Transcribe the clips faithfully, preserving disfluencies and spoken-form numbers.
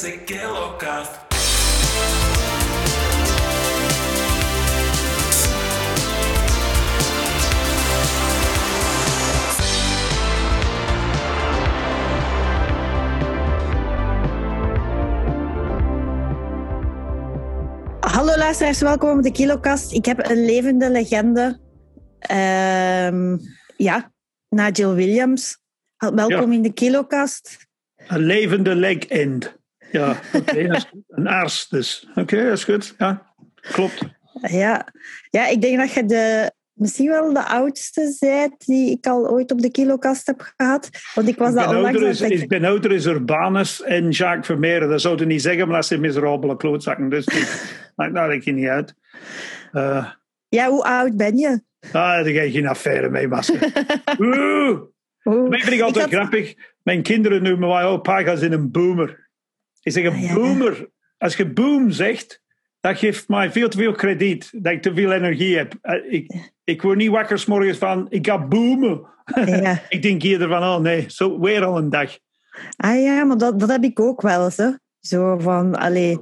de Kilokast. Hallo luisteraars, welkom op de Kilokast. Ik heb een levende legende. Uh, ja, Nigel Williams. Welkom ja. in de Kilokast. Een levende legend. Ja, oké. Okay, een aars dus. Oké, okay, dat is goed. Ja, klopt. Ja. ja, ik denk dat je de, misschien wel de oudste bent die ik al ooit op de Kilokast heb gehad. Want ik was dat onlangs... Is, is, ik ben ouder is Urbanus en Jacques Vermeer. Dat zou je niet zeggen, maar dat zijn miserabele klootzakken. Dus die maakt daar ik niet uit. Uh, ja, hoe oud ben je? Ah, daar ga je geen affaire mee, Masker. Oeh! Dat vind ik altijd ik had... grappig. Mijn kinderen noemen mij, oh, pa gaat in een boomer. Ik zeg, een ah, ja, boomer. Ja. Als je boom zegt, dat geeft mij veel te veel krediet. Dat ik te veel energie heb. Ik, ik word niet wakker 's morgens van, ik ga boomen. Ja. Ik denk eerder van, oh nee, zo weer al een dag. Ah ja, maar dat, dat heb ik ook wel eens. Hè. Zo van, allee.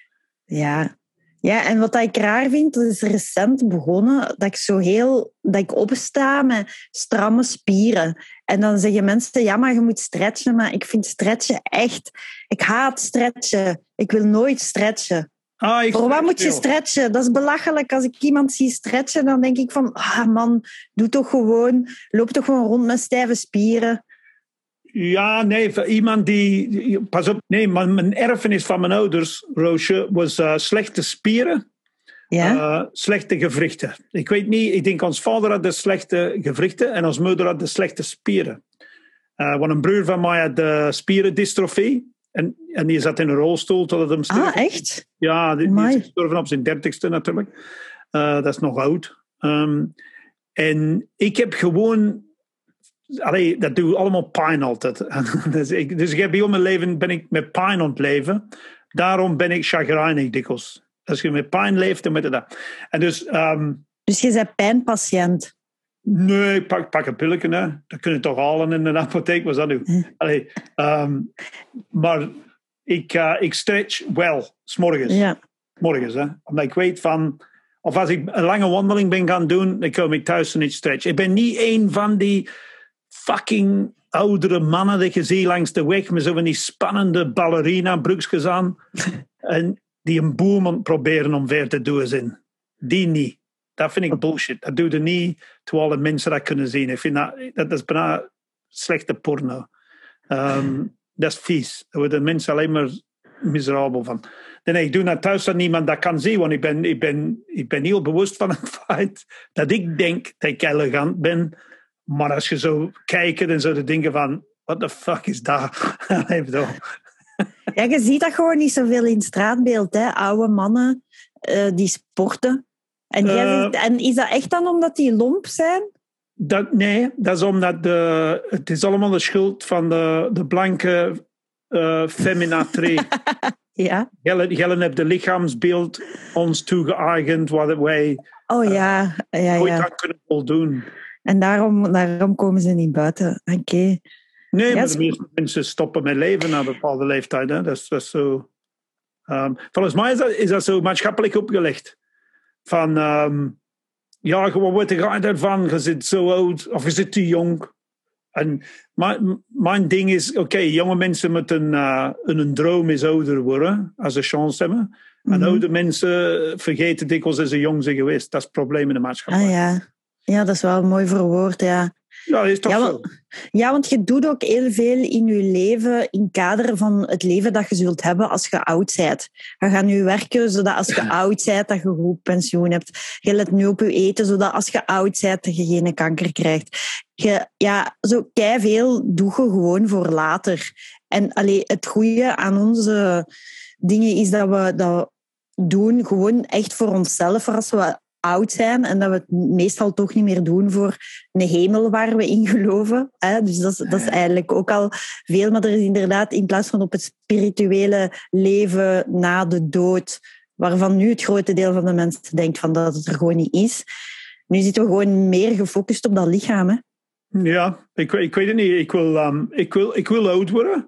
Ja. Ja, en wat ik raar vind, dat is recent begonnen, dat ik zo heel, dat ik opsta met stramme spieren. En dan zeggen mensen, ja, maar je moet stretchen, maar ik vind stretchen echt, ik haat stretchen. Ik wil nooit stretchen. Ah, Voor wat moet je stretchen? Dat is belachelijk. Als ik iemand zie stretchen, dan denk ik van, ah man, doe toch gewoon, loop toch gewoon rond met stijve spieren. Ja, nee, iemand die... Pas op, nee, maar mijn erfenis van mijn ouders, Roosje, was uh, slechte spieren, ja? uh, slechte gewrichten. Ik weet niet, ik denk ons vader had de slechte gewrichten en ons moeder had de slechte spieren. Uh, want een broer van mij had de spierendystrofie en, en die zat in een rolstoel tot het hem stierf. Ah, echt? Ja, die, die is gestorven op zijn dertigste natuurlijk. Uh, dat is nog oud. Um, en ik heb gewoon... Allee, dat doe ik allemaal pijn altijd. dus, ik, dus ik heb heel mijn leven ben ik met pijn aan het leven. Daarom ben ik chagrijnig dikwijls. Als je met pijn leeft, dan moet je dat. En dus, um, dus je bent pijnpatiënt? Nee, ik pak, pak een pilletje. Hè. Dat kun je toch halen in de apotheek. Wat is dat nu? Hm. Allee, um, maar ik, uh, ik stretch wel, 's morgens. Ja. Morgens, hè. Omdat ik weet van... Of als ik een lange wandeling ben gaan doen, dan kom ik thuis en niet stretch. Ik ben niet een van die... fucking oudere mannen dat je ziet langs de weg met zo van die spannende ballerina broekjes aan en die een boom proberen omver te doen zijn. Die niet. Dat vind ik bullshit. Dat doe je niet terwijl alle mensen dat kunnen zien. Ik vind dat, dat is bijna slechte porno. Um, dat is vies. Daar worden mensen alleen maar miserabel van. Nee, ik doe dat thuis dat niemand dat kan zien, want ik ben, ik ben, ik ben heel bewust van het feit dat ik denk dat ik elegant ben. Maar als je zo kijkt en zo de dingen van... What the fuck is dat? Ja, je ziet dat gewoon niet zoveel in het straatbeeld. Hè? Oude mannen uh, die sporten. En, uh, zegt, en is dat echt dan omdat die lomp zijn? Dat, nee, dat is omdat... De, het is allemaal de schuld van de, de blanke uh, feminatrie. Ja. Gellen heeft de lichaamsbeeld ons toegeëigend... wat wij oh, ja. Ja, ooit ja. aan kunnen voldoen. En daarom, daarom komen ze niet buiten. Oké. Okay. Nee, ja, maar de meeste mensen stoppen met leven na een bepaalde leeftijd. Hè. Dat, is, dat is zo... Um, volgens mij is dat, is dat zo maatschappelijk opgelegd. Van, um, ja, gewoon wat ga je daarvan? Je zit zo oud of je zit te jong. En mijn, mijn ding is, oké, okay, jonge mensen met een, uh, een droom is ouder worden, als ze chance hebben. Mm-hmm. En oude mensen vergeten dikwijls dat ze jong zijn geweest. Dat is het probleem in de maatschappij. Ah, ja. Ja, dat is wel mooi verwoord, ja. Ja, dat is toch ja, zo. Want, ja, want je doet ook heel veel in je leven in kader van het leven dat je zult hebben als je oud bent. Je gaat nu werken zodat als je oud bent, dat je goed pensioen hebt. Je let nu op je eten, zodat als je oud bent, dat je geen kanker krijgt. Je, ja, zo keiveel doe je gewoon voor later. En allee, het goede aan onze dingen is dat we dat doen gewoon echt voor onszelf, voor als we oud zijn en dat we het meestal toch niet meer doen voor een hemel waar we in geloven. Hè? Dus dat is, dat is eigenlijk ook al veel, maar er is inderdaad in plaats van op het spirituele leven na de dood, waarvan nu het grote deel van de mensen denkt van dat het er gewoon niet is. Nu zitten we gewoon meer gefocust op dat lichaam. Hè? Ja, ik, ik weet het niet. Ik wil, um, ik, wil, ik wil oud worden,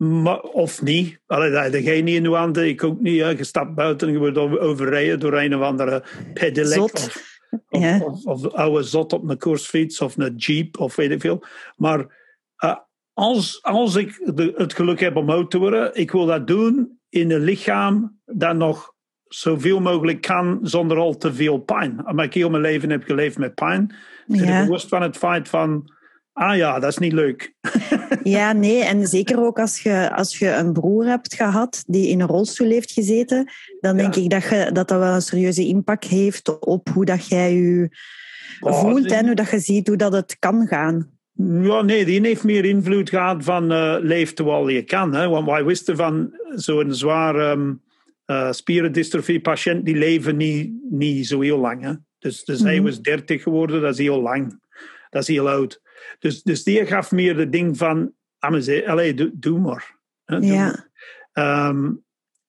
Maar, of niet. Allee, dat heb jij niet in de handen. Ik ook niet. Hè. Je stapt buiten en je wordt overrijden door een of andere pedelec. Zot. Of, of, Ja. of, of oude zot op een koersfiets of een jeep of weet ik veel. Maar uh, als, als ik de, het geluk heb om oud te worden, ik wil dat doen in een lichaam dat nog zoveel mogelijk kan zonder al te veel pijn. Omdat ik heel mijn leven heb geleefd met pijn. Ik ben Ja. bewust van het feit van, ah ja, dat is niet leuk. Ja, nee, en zeker ook als je, als je een broer hebt gehad die in een rolstoel heeft gezeten, dan denk Ja. ik dat, je, dat dat wel een serieuze impact heeft op hoe dat jij je Oh, voelt nee. en hoe dat je ziet hoe dat het kan gaan. Ja, nee, die heeft meer invloed gehad van uh, leef terwijl je kan. Hè? Want wij wisten van zo'n zwaar um, uh, spierendystrofie-patiënt, die leven niet, niet zo heel lang. Hè? Dus, dus Mm-hmm. hij was dertig geworden, dat is heel lang. Dat is heel oud. Dus, dus die gaf meer het ding van, allee, doe, doe maar. Hè? Doe Ja. maar. Um,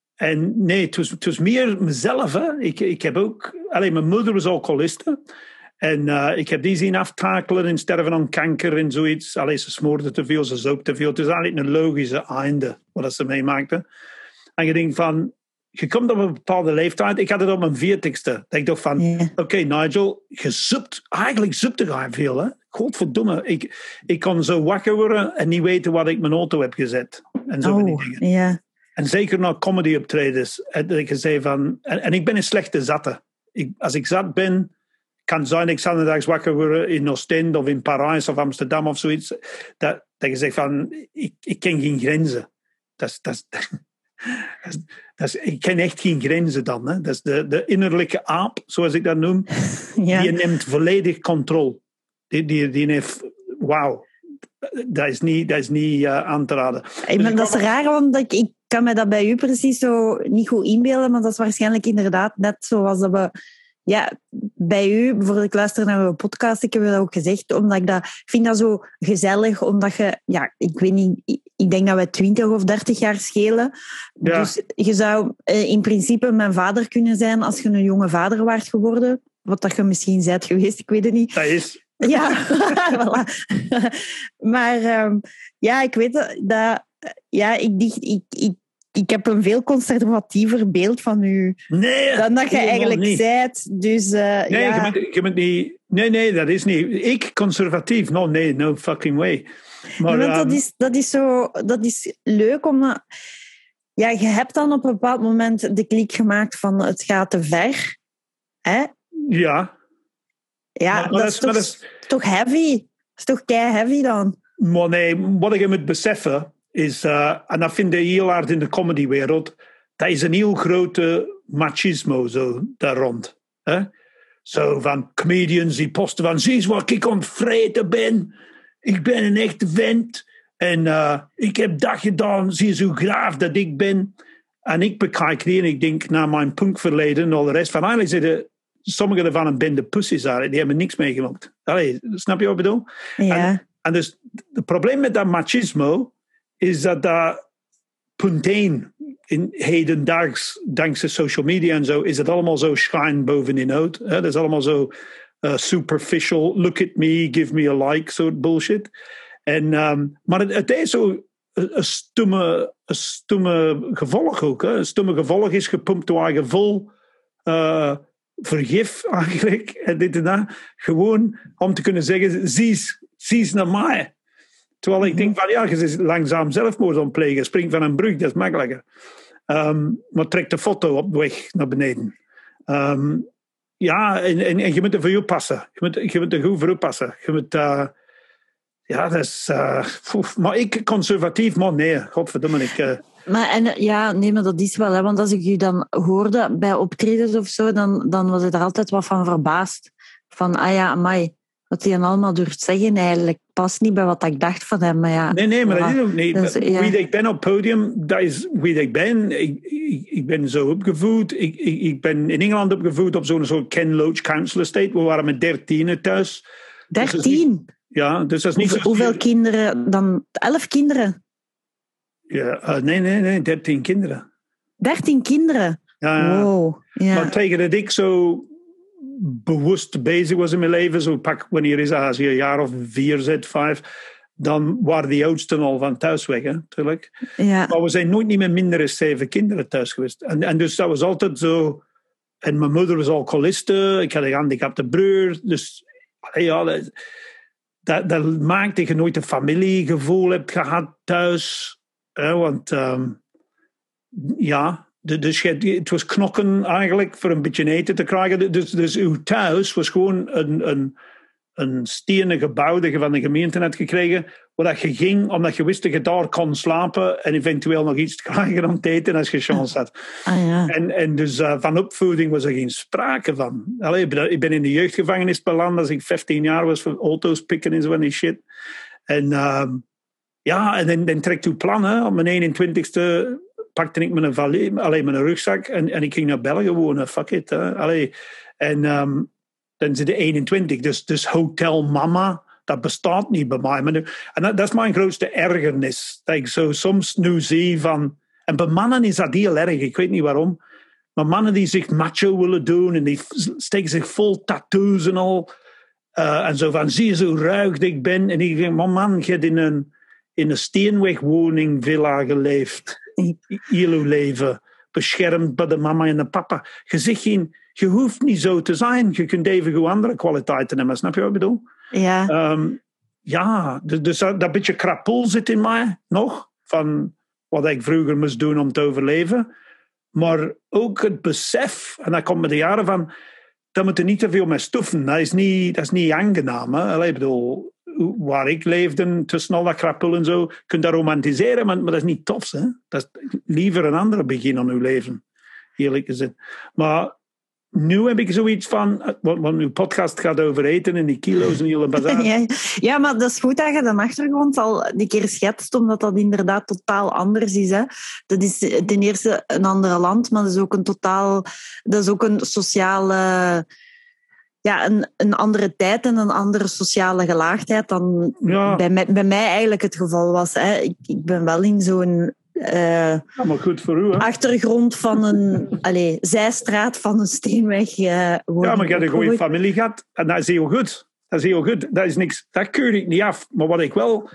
en nee, het was, het was meer mezelf. Hè? Ik, ik heb ook, allee, mijn moeder was alcoholiste. En uh, ik heb die zien aftakelen en sterven aan kanker en zoiets. Allee, ze smoorde te veel, ze zoop te veel. Het is eigenlijk een logische einde wat ze meemaakte. En je denkt van, je komt op een bepaalde leeftijd. Ik had het op mijn veertigste. Dat ik dacht van, Ja. oké okay, Nigel, je zoept, eigenlijk zoepte je veel. Hè? Godverdomme, ik, ik kon zo wakker worden en niet weten wat ik mijn auto heb gezet. En zo van die Oh, dingen. ja. En zeker na comedy optredens. Dat ik zei van, en, en ik ben een slechte zatte. Ik, als ik zat ben, kan zijn, ik zondags wakker worden in Oostende of in Parijs of Amsterdam of zoiets. Dat, dat je zegt van, ik, ik ken geen grenzen. Dat is, dat is, dat is, dat is, ik ken echt geen grenzen dan. Hè. Dat is de, de innerlijke aap, zoals ik dat noem. Ja. Die neemt volledig controle. Die, die, die heeft, wauw. Dat is niet, dat is niet uh, aan te raden. Ik ben, dat is raar, want ik, ik kan me dat bij u precies zo niet goed inbeelden, maar dat is waarschijnlijk inderdaad net zoals dat we... Ja, bij u, bijvoorbeeld ik luister naar uw podcast, ik heb dat ook gezegd, omdat ik dat ik vind dat zo gezellig, omdat je, ja, ik weet niet, ik denk dat wij twintig of dertig jaar schelen. Ja. Dus je zou in principe mijn vader kunnen zijn als je een jonge vader waart geworden, wat dat je misschien bent geweest, ik weet het niet. Dat is... Ja, voilà. Maar um, ja, ik weet dat, ja, ik, ik, ik, ik Ik heb een veel conservatiever beeld van u nee, dan dat je eigenlijk niet. zijt. Dus, uh, nee, ja. je bent, je bent niet... Nee, nee, dat is niet... Ik, conservatief? No, nee, no fucking way. Maar, ja, want um, dat, is, dat, is zo, dat is leuk, omdat... Ja, je hebt dan op een bepaald moment de klik gemaakt van het gaat te ver. Hè? Ja. Ja, maar, maar dat, dat is is, toch, maar dat is, toch heavy? Dat is toch kei heavy dan? maar nee, wat je moet beseffen is... Uh, en dat vind ik heel hard in de comedywereld... Dat is een heel grote machismo zo daar rond. Hè? Zo van comedians die posten van... Zie eens wat ik aan het vreten ben. Ik ben een echte vent. En uh, ik heb dat gedaan. Zie eens hoe graaf dat ik ben. En ik bekijk die en ik denk naar mijn punkverleden en al de rest van... Eigenlijk zitten sommigen ervan een bende pussies uit. Die hebben niks meegemaakt. Allee, snap je wat ik bedoel? Ja. En, en dus het probleem met dat machismo is dat dat punt één in hedendaags, dankzij social media en zo, is het allemaal zo schijn boveninhoud. Hè? Dat is allemaal zo uh, superficial, look at me, give me a like, soort bullshit. En, um, maar het, het is zo een stomme, een stomme gevolg ook. Hè? Een stomme gevolg is gepumpt door eigen vol uh, vergif eigenlijk. En dit en dat. Gewoon om te kunnen zeggen, zie eens naar mij. Terwijl ik denk van, ja, je is langzaam zelfmoord aan het plegen. Spring van een brug, dat is makkelijker. Um, maar trek de foto op weg naar beneden. Um, ja, en, en, en je moet er voor je oppassen. Je moet, je moet er goed voor oppassen. Je moet... Uh, ja, dat is... Uh, poef, maar ik, conservatief, maar nee. Godverdomme, ik... Uh, Maar en, ja, nee, maar dat is wel, hè, want als ik u dan hoorde bij optredens of zo, dan, dan was ik er altijd wat van verbaasd. Van, ah ja, amai, wat hij dan allemaal durft zeggen eigenlijk past niet bij wat ik dacht van hem. Maar ja, nee, nee, maar ja, dat is ook niet. dus, ja. Wie ik ben op het podium, dat is wie ik ben. Ik, ik, ik ben zo opgevoed. Ik, ik, ik ben in Engeland opgevoed op zo'n soort Ken Loach Council Estate. We waren met dertienen thuis. Dertien? Dus ja, dus dat is niet Hoeveel, zo... hoeveel kinderen dan? Elf kinderen? Ja, uh, nee, nee, nee, dertien kinderen. Dertien kinderen? Ja, wow. Ja. Maar tegen dat ik zo bewust bezig was in mijn leven, zo pak wanneer is dat, als je een jaar of vier zit, vijf, dan waren die oudsten al van thuis weg, hè, natuurlijk. Ja. Maar we zijn nooit niet meer minder dan zeven kinderen thuis geweest. En, en dus dat was altijd zo... En mijn moeder was alcoholiste, ik had een gehandicapte broer, dus... Ja, dat, dat maakt dat je nooit een familiegevoel hebt gehad thuis. Hè, want... Um, ja... Dus het was knokken eigenlijk voor een beetje eten te krijgen. Dus, dus uw thuis was gewoon een, een, een stenen gebouw dat je van de gemeente had gekregen, waar je ging omdat je wist dat je daar kon slapen en eventueel nog iets te krijgen om te eten als je chance had. Ah, ja. en, en dus uh, van opvoeding was er geen sprake van. Allee, ik ben in de jeugdgevangenis beland als ik vijftien jaar was voor auto's pikken en zo van die shit. En uh, ja, en dan, dan trekt uw plan, hè, op mijn eenentwintigste pakte ik mijn, valie, allee, mijn rugzak en, en ik ging naar België wonen. Fuck it. Hè. Allee. En um, dan zit de eenentwintig. Dus, dus Hotel Mama, dat bestaat niet bij mij. Maar nu, en dat, dat is mijn grootste ergernis. Dat ik zo soms nu zie van... En bij mannen is dat heel erg. Ik weet niet waarom. Maar mannen die zich macho willen doen en die steken zich vol tattoos en al. Uh, en zo van, zie je zo ruig dat ik ben? En ik denk, man, je hebt in een, in een steenwegwoning villa geleefd. Heel leven, beschermd bij de mama en de papa. Je zegt geen, je hoeft niet zo te zijn. Je kunt even goed andere kwaliteiten hebben. Snap je wat ik bedoel? Ja. Um, ja, dus, dus dat, dat beetje krapul zit in mij nog. Van wat ik vroeger moest doen om te overleven. Maar ook het besef, en dat komt met de jaren van, dat moet er niet te veel mee stoffen. Dat is niet, dat is niet aangenaam. Hè? Allee, ik bedoel, waar ik leefde, tussen al dat krapul en zo, je kunt dat romantiseren, maar, maar dat is niet tof. Hè? Dat is liever een andere begin aan uw leven, eerlijk gezegd. Maar nu heb ik zoiets van, want, want uw podcast gaat over eten en die kilo's en hele bazaar. Ja, ja, maar dat is goed dat je de achtergrond al die keer schetst, omdat dat inderdaad totaal anders is. Hè. Dat is ten eerste een ander land, maar dat is ook een totaal, dat is ook een sociale... Ja, een, een andere tijd en een andere sociale gelaagdheid dan ja. bij, mij, bij mij eigenlijk het geval was. Hè. Ik, ik ben wel in zo'n uh, ja, maar goed voor u, hè? achtergrond van een allez, zijstraat van een steenweg. Uh, ja, maar je hebt een goede familie gehad en dat is heel goed. Dat is heel goed. Dat is niks, dat keur ik niet af. Maar wat ik wel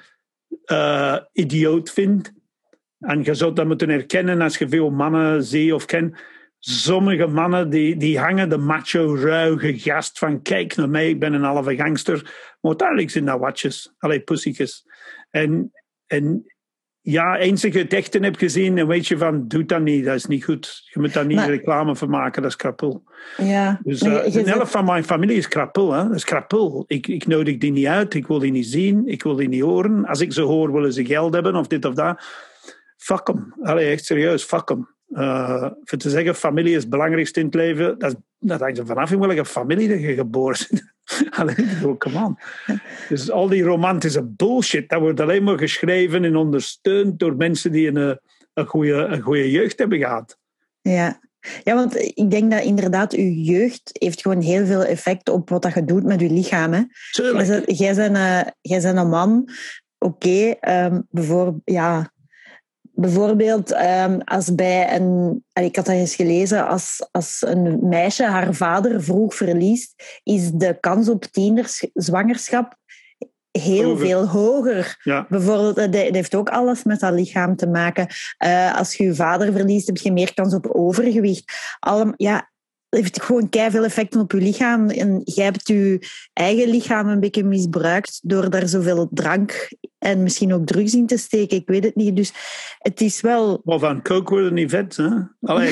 uh, idioot vind, en je zou dat moeten herkennen als je veel mannen ziet of kent. Sommige mannen die, die hangen de macho, ruige gast van kijk naar mij, ik ben een halve gangster. Maar uiteindelijk zijn dat watjes. Allee, pussiekes. En, en ja, eens ik het echte heb gezien, dan weet je van, doe dat niet, dat is niet goed. Je moet daar niet maar, reclame van maken, dat is krapul. Ja. Dus uh, de helft van mijn familie is krapul. Hè? Dat is krapul. Ik, ik nodig die niet uit, ik wil die niet zien, ik wil die niet horen. Als ik ze hoor, willen ze geld hebben of dit of dat. Fuck hem. Allee, echt serieus, fuck hem. Uh, voor te zeggen, familie is het belangrijkste in het leven, dat, dat hangt er vanaf in welke familie dat je geboren bent. Alleen, come on. Dus al die romantische bullshit, dat wordt alleen maar geschreven en ondersteund door mensen die een, een, goede, een goede jeugd hebben gehad. Ja. Ja, want ik denk dat inderdaad uw jeugd heeft gewoon heel veel effect op wat dat je doet met je lichaam. Hè. Tuurlijk. Jij bent een, jij bent een man, oké, okay, um, bijvoorbeeld, ja... Bijvoorbeeld, um, als bij een... Ik had dat eens gelezen, als, als een meisje haar vader vroeg verliest, is de kans op tienerzwangerschap heel hoger. veel hoger. Ja. Bijvoorbeeld, dat heeft ook alles met dat lichaam te maken. Uh, als je je vader verliest, heb je meer kans op overgewicht. Allem, ja, het heeft gewoon keiveel effecten op je lichaam. En jij hebt je eigen lichaam een beetje misbruikt door daar zoveel drank en misschien ook drugs in te steken. Ik weet het niet. Dus het is wel... Maar van coke worden niet vet, hè? Allee.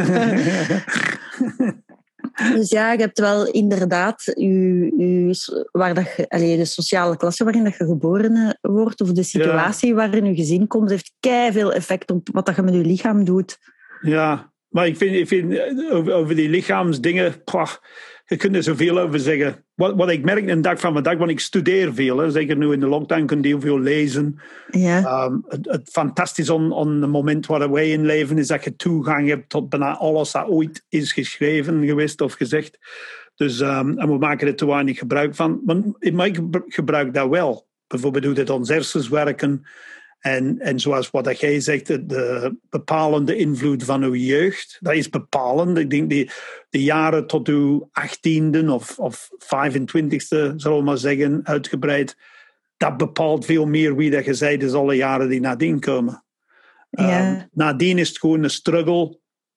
Dus ja, je hebt wel inderdaad je, je, waar dat je, allez, de sociale klasse waarin dat je geboren wordt of de situatie ja. waarin je gezin komt, heeft keiveel effect op wat dat je met je lichaam doet. Ja. Maar ik vind, ik vind over, over die lichaamsdingen, pah, je kunt er zoveel over zeggen. Wat, wat ik merk een dag van mijn dag, want ik studeer veel. Hè. Zeker nu in de lockdown kun je heel veel lezen. Ja. Um, het, het fantastisch on, on het moment waar wij in leven is dat je toegang hebt tot bijna alles dat ooit is geschreven geweest of gezegd. Dus, um, en we maken er te weinig gebruik van. Maar, maar ik gebruik dat wel. Bijvoorbeeld hoe dat ons hersens werken. En, en zoals wat jij zegt, de bepalende invloed van uw jeugd, dat is bepalend. Ik denk die, de jaren tot uw achttiende of, of vijfentwintigste, zullen we maar zeggen, uitgebreid, dat bepaalt veel meer wie dat je bent is alle jaren die nadien komen. Ja. Um, nadien is het gewoon een struggle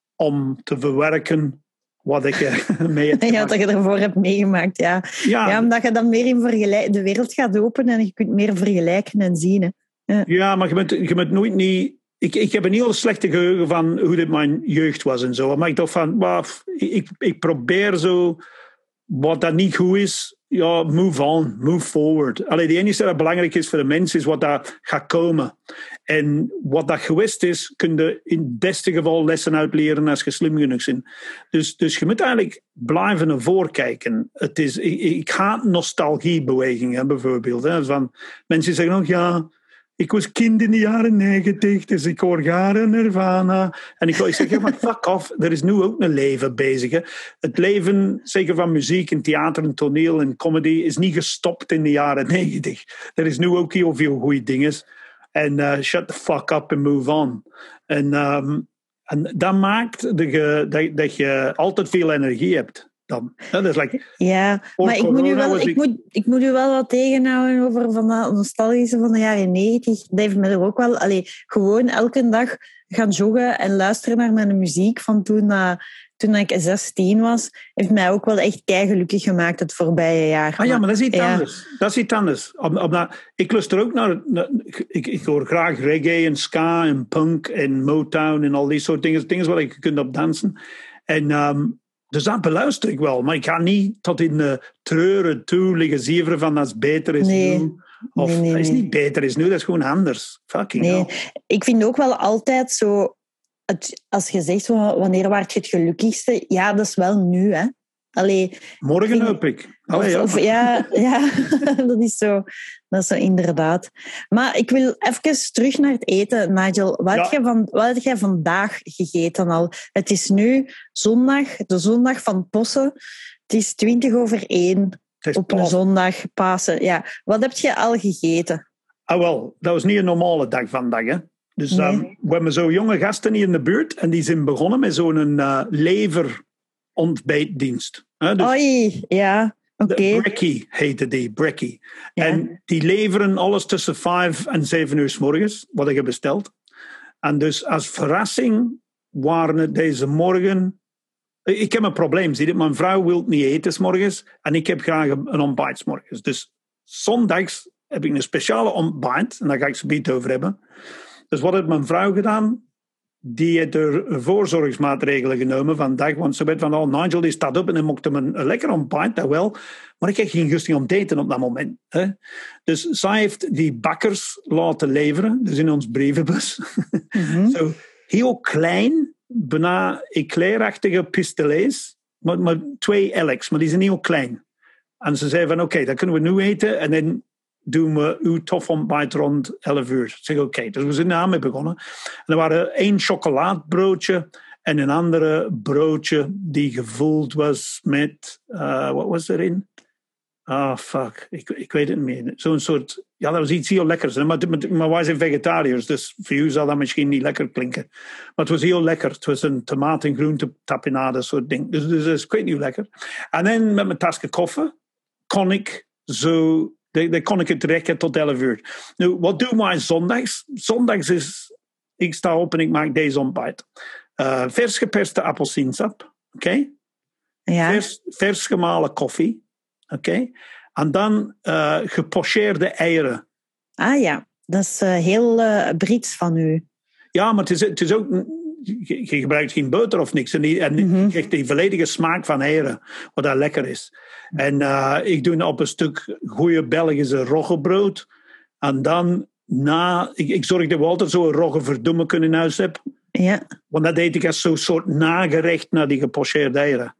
om te verwerken wat ik uh, mee heb ja, dat je ervoor hebt meegemaakt, ja. Ja. ja omdat je dan meer in vergelijk... De wereld gaat open en je kunt meer vergelijken en zien. Hè. Ja. ja, maar je bent, je bent nooit niet... Ik, ik heb een heel slechte geheugen van hoe dit mijn jeugd was en zo. Maar ik dacht van, well, ik, ik probeer zo... Wat dat niet goed is, ja, move on, move forward. Allee, het enige dat belangrijk is voor de mens is wat dat gaat komen. En wat dat geweest is, kun je in het beste geval lessen uitleren als je slim genoeg bent. Dus, dus je moet eigenlijk blijven naar voren kijken. Het is, ik, ik haat nostalgiebewegingen bijvoorbeeld. Hè, van, mensen zeggen ook, ja... Ik was kind in de jaren negentig, dus ik hoor Garen Nirvana. En ik, ik zeg, ja, maar fuck off, er is nu ook een leven bezig. Hè. Het leven, zeker van muziek en theater en toneel en comedy, is niet gestopt in de jaren negentig. Er is nu ook heel veel goede dingen. En uh, shut the fuck up and move on. En, um, en dat maakt dat je, dat, dat je altijd veel energie hebt. Dan. Dat is like, ja, maar ik moet, u wel, ik, ik... Moet, ik moet u wel wat tegenhouden over van dat nostalgische van de jaren negentig. Dat heeft me er ook wel... Allee, gewoon elke dag gaan joggen en luisteren naar mijn muziek van toen, uh, toen ik zestien was, heeft mij ook wel echt keigelukkig gemaakt het voorbije jaar. Ah ja, maar dat is iets ja. anders. Dat is iets anders. Om, om na, ik luister ook naar... naar ik, ik hoor graag reggae en ska en punk en Motown en al die soort dingen. Dingen waar ik kunt op dansen. En... Um, Dus dat beluister ik wel. Maar ik ga niet tot in de treuren toe liggen zeveren van dat het beter is nee. nu. Of nee, nee, dat is nee. niet beter is nu, dat is gewoon anders. Fucking nee. hell. Ik vind ook wel altijd zo... Het, als je zegt, wanneer waart je het gelukkigste? Ja, dat is wel nu, hè. Allee, Morgen vind, hoop ik. Allee, ja. Of, ja, ja dat, is zo, dat is zo inderdaad. Maar ik wil even terug naar het eten, Nigel. Wat, ja. heb, jij van, wat heb jij vandaag gegeten al? Het is nu zondag, de zondag van Possen. Het is twintig over één op een zondag, Pasen. Ja. Wat heb je al gegeten? Ah, wel, dat was niet een normale dag vandaag, hè. Dus nee. um, we hebben zo jonge gasten hier in de buurt en die zijn begonnen met zo'n uh, lever ontbijtdienst. Hè? Dus Oei, ja. Oké. Okay. Brekkie heette die, Brekkie. Ja. En die leveren alles tussen vijf en zeven uur 's morgens, wat ik heb besteld. En dus als verrassing waren het deze morgen... Ik heb een probleem, zie je. Mijn vrouw wil niet eten 's morgens en ik heb graag een ontbijt 's morgens. Dus zondags heb ik een speciale ontbijt en daar ga ik ze beetje over hebben. Dus wat heeft mijn vrouw gedaan? Die heeft er voorzorgsmaatregelen genomen vandaag, want ze weet van, oh, Nigel die staat op en hij mocht hem een, een lekker ontbijt, dat wel. Maar ik heb geen gusting om te eten op dat moment. Hè. Dus zij heeft die bakkers laten leveren, dus in ons brievenbus. Mm-hmm. Zo heel klein, bijna eclairachtige pistolets, maar, maar twee Alex, maar die zijn heel klein. En ze zei van, oké, okay, dat kunnen we nu eten en dan doen we uw tof ontbijt rond elf uur. Ik zeg, oké. Okay. Dus we zijn daarmee begonnen. En er waren één chocolaatbroodje en een andere broodje die gevuld was met... Uh, wat was erin? Ah, oh, fuck. Ik, ik weet het niet meer. Zo'n soort... Ja, dat was iets heel lekkers. Maar, maar, maar wij zijn vegetariërs, dus voor u zal dat misschien niet lekker klinken. Maar het was heel lekker. Het was een tomaat- en groente tapenade soort ding. Dus, dus, dus ik weet niet hoe lekker. En dan met mijn tasje koffie kon ik zo... Dan kon ik het rekken tot elf uur. Nu, wat doen wij zondags? Zondags is, ik sta op en ik maak deze ontbijt. Uh, vers geperste appelsiensap. Oké? Okay? Ja. Vers, vers gemalen koffie. Oké? Okay? En dan uh, gepocheerde eieren. Ah ja, dat is uh, heel uh, Brits van u. Ja, maar het is, het is ook... Je, je gebruikt geen boter of niks. En, die, en mm-hmm. je krijgt die volledige smaak van eieren. Wat dat lekker is. En uh, ik doe op een stuk goede Belgische roggebrood. En dan na... Ik, ik zorg dat we altijd zo'n roggeverdomme kunnen in huis hebben. Ja. Want dat eet ik als zo'n soort nagerecht naar die gepocheerde eieren.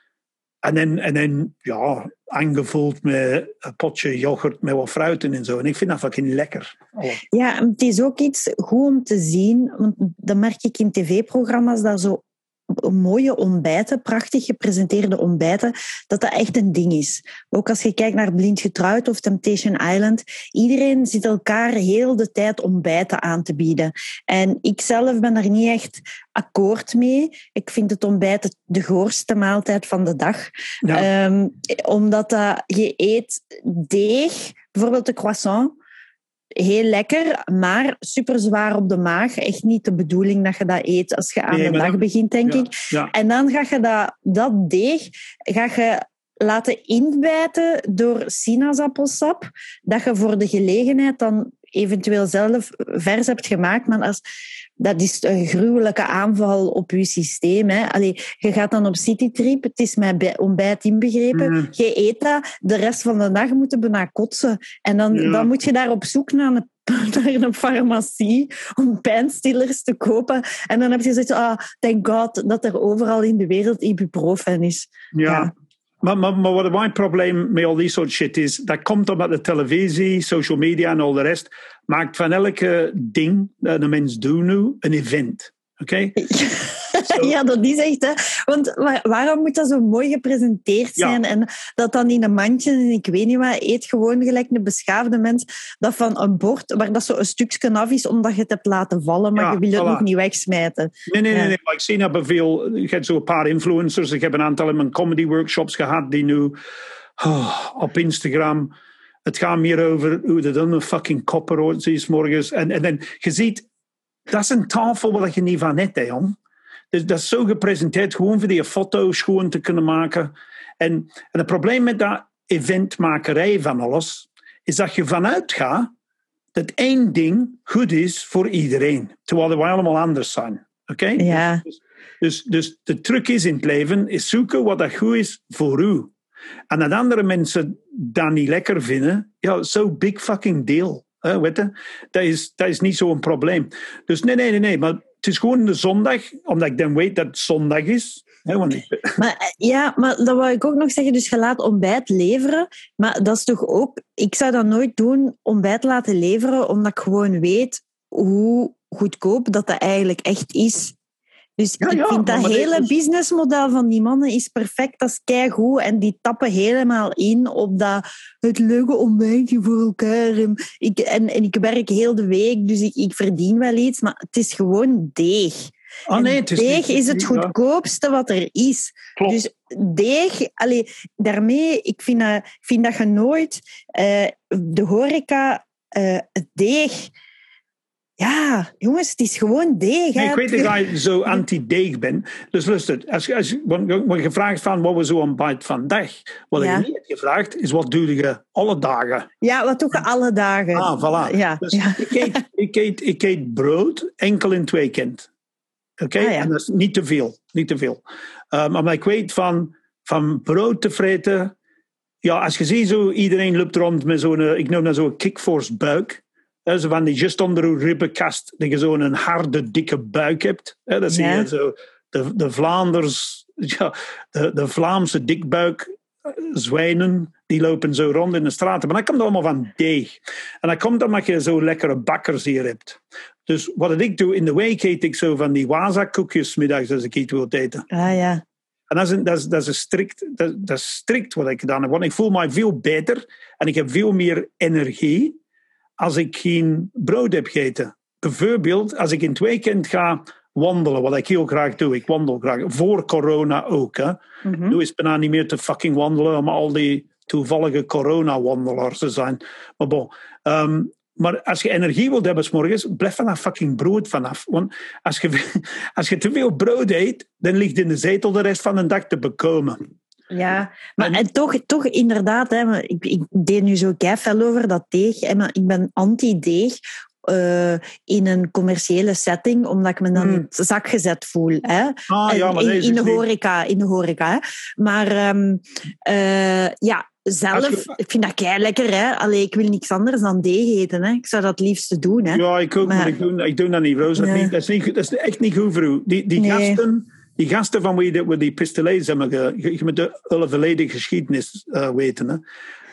En dan, en dan, ja, aangevuld met een potje yoghurt met wat fruiten en zo. En ik vind dat fucking lekker. Oh. Ja, het is ook iets goed om te zien. Want dat merk ik in tv-programma's, dat zo mooie ontbijten, prachtig gepresenteerde ontbijten, dat dat echt een ding is. Ook als je kijkt naar Blind Getrouwd of Temptation Island, iedereen zit elkaar heel de tijd ontbijten aan te bieden. En ik zelf ben daar niet echt akkoord mee. Ik vind het ontbijt de goorste maaltijd van de dag. Ja. Um, omdat uh, je eet deeg, bijvoorbeeld de croissant, heel lekker, maar super zwaar op de maag. Echt niet de bedoeling dat je dat eet als je aan nee, de dag dan, begint, denk ja, ik. Ja. En dan ga je dat, dat deeg ga je laten inbijten door sinaasappelsap, dat je voor de gelegenheid dan eventueel zelf vers hebt gemaakt. Maar als, dat is een gruwelijke aanval op je systeem. Hè. Allee, je gaat dan op citytrip, het is met ontbijt inbegrepen. Mm. Je eet dat, de rest van de dag moet je bijna kotsen. En dan, ja. dan moet je daar op zoek naar een, naar een farmacie om pijnstillers te kopen. En dan heb je zoiets, ah, thank God dat er overal in de wereld ibuprofen is. Ja. ja. Maar, maar, maar wat mijn probleem met al die soort shit is, dat komt omdat de televisie, social media en al de rest maakt van elke ding dat een mens doet nu een event. Oké? Okay? So. Ja, dat is echt, hè. Want waarom moet dat zo mooi gepresenteerd zijn? Ja. En dat dan in een mandje, en ik weet niet wat, eet gewoon gelijk een beschaafde mens, dat van een bord, waar dat zo een stukje af is, omdat je het hebt laten vallen, maar ja, je wil het voilà. nog niet wegsmijten. Nee, nee, ja. nee, nee. Maar ik zie dat bij veel, je hebt zo een paar influencers, ik heb een aantal in mijn comedy workshops gehad, die nu oh, op Instagram, het gaat meer over hoe de dan een fucking kopper is morgens. En, en, en je ziet, dat is een tafel waar je niet van hebt, hè, jong. Dus dat is zo gepresenteerd, gewoon voor die foto's gewoon te kunnen maken. En, en het probleem met dat eventmakerij van alles, is dat je vanuit gaat dat één ding goed is voor iedereen. Terwijl we allemaal anders zijn. Oké? Okay? Ja. Dus, dus, dus de truc is in het leven, is zoeken wat dat goed is voor u. En dat andere mensen dat niet lekker vinden, ja, so big fucking deal. Uh, weet je? Dat is, dat is niet zo'n probleem. Dus nee, nee, nee, nee. Maar het is gewoon de zondag, omdat ik dan weet dat het zondag is. Hè, want ik... maar, ja, maar dat wou ik ook nog zeggen. Dus je laat ontbijt leveren. Maar dat is toch ook... Ik zou dat nooit doen, ontbijt laten leveren, omdat ik gewoon weet hoe goedkoop dat dat eigenlijk echt is. Dus ja, ik vind ja, dat hele is... businessmodel van die mannen is perfect. Dat is keigoed. En die tappen helemaal in op dat het leuke ontbijtje voor elkaar. Ik, en, en ik werk heel de week, dus ik, ik verdien wel iets. Maar het is gewoon deeg. Oh, nee, het is deeg niet, is het goedkoopste wat er is. Klopt. Dus deeg, allee, daarmee, ik vind dat, ik vind dat je nooit uh, de horeca, uh, het deeg... Ja, jongens, het is gewoon deeg. Nee, ik weet dat ik zo anti-deeg ben. Dus luister, als, als, word je vraagt van wat we zo ontbijt vandaag. Wat ja. je niet hebt gevraagd, is wat doe je alle dagen? Ja, wat doe je alle dagen? Ah, voilà. Ja. Dus ja. Ik, eet, ik, eet, ik eet brood enkel in het weekend. Oké? Okay? Ah, ja. En dat is niet te veel. Niet te veel. Um, maar ik weet van, van brood te vreten. Ja, als je ziet zo, iedereen loopt rond met zo'n, ik noem dat zo'n kickforce buik. Zo van die just onder je ribbenkast, dat je zo'n harde, dikke buik hebt. Dat zie je ja. zo. De, de Vlaanders, ja, de, de Vlaamse dikbuik zwijnen, die lopen zo rond in de straten. Maar dat komt allemaal van deeg. En dat komt omdat je zo lekkere bakkers hier hebt. Dus wat ik doe, in de week eet ik zo van die waza-koekjes middags als ik iets wil eten. Ah ja. En dat is, een, dat, is, dat, is een strikt, dat, dat is strikt wat ik gedaan heb. Want ik voel mij veel beter en ik heb veel meer energie als ik geen brood heb gegeten. Bijvoorbeeld, als ik in het weekend ga wandelen, wat ik heel graag doe. Ik wandel graag. Voor corona ook. Hè. Mm-hmm. Nu is het bijna niet meer te fucking wandelen om al die toevallige corona-wandelaars te zijn. Maar bon. Um, maar als je energie wilt hebben 's morgens, blijf van dat fucking brood vanaf. Want als je, als je te veel brood eet, dan ligt in de zetel de rest van de dag te bekomen. Ja, maar en, en toch, toch inderdaad, hè, ik, ik deed nu zo keifel over dat deeg, hè, maar ik ben anti-deeg uh, in een commerciële setting, omdat ik me dan hmm. in het zak gezet voel. Hè. Ah, ja, maar in, in, de horeca, in de horeca. Hè. Maar um, uh, ja, zelf, je... ik vind dat kei lekker. Hè. Allee, ik wil niks anders dan deeg eten. Hè. Ik zou dat het liefste doen. Hè. Ja, ik ook, maar, maar ik, doe, ik doe dat niet, Roos. Dat, nee. dat, is niet, dat is echt niet goed voor u. Die, die nee. gasten... Die gasten van wie die, die pistolets hebben, je, je moet de hele verleden geschiedenis uh, weten. Hè.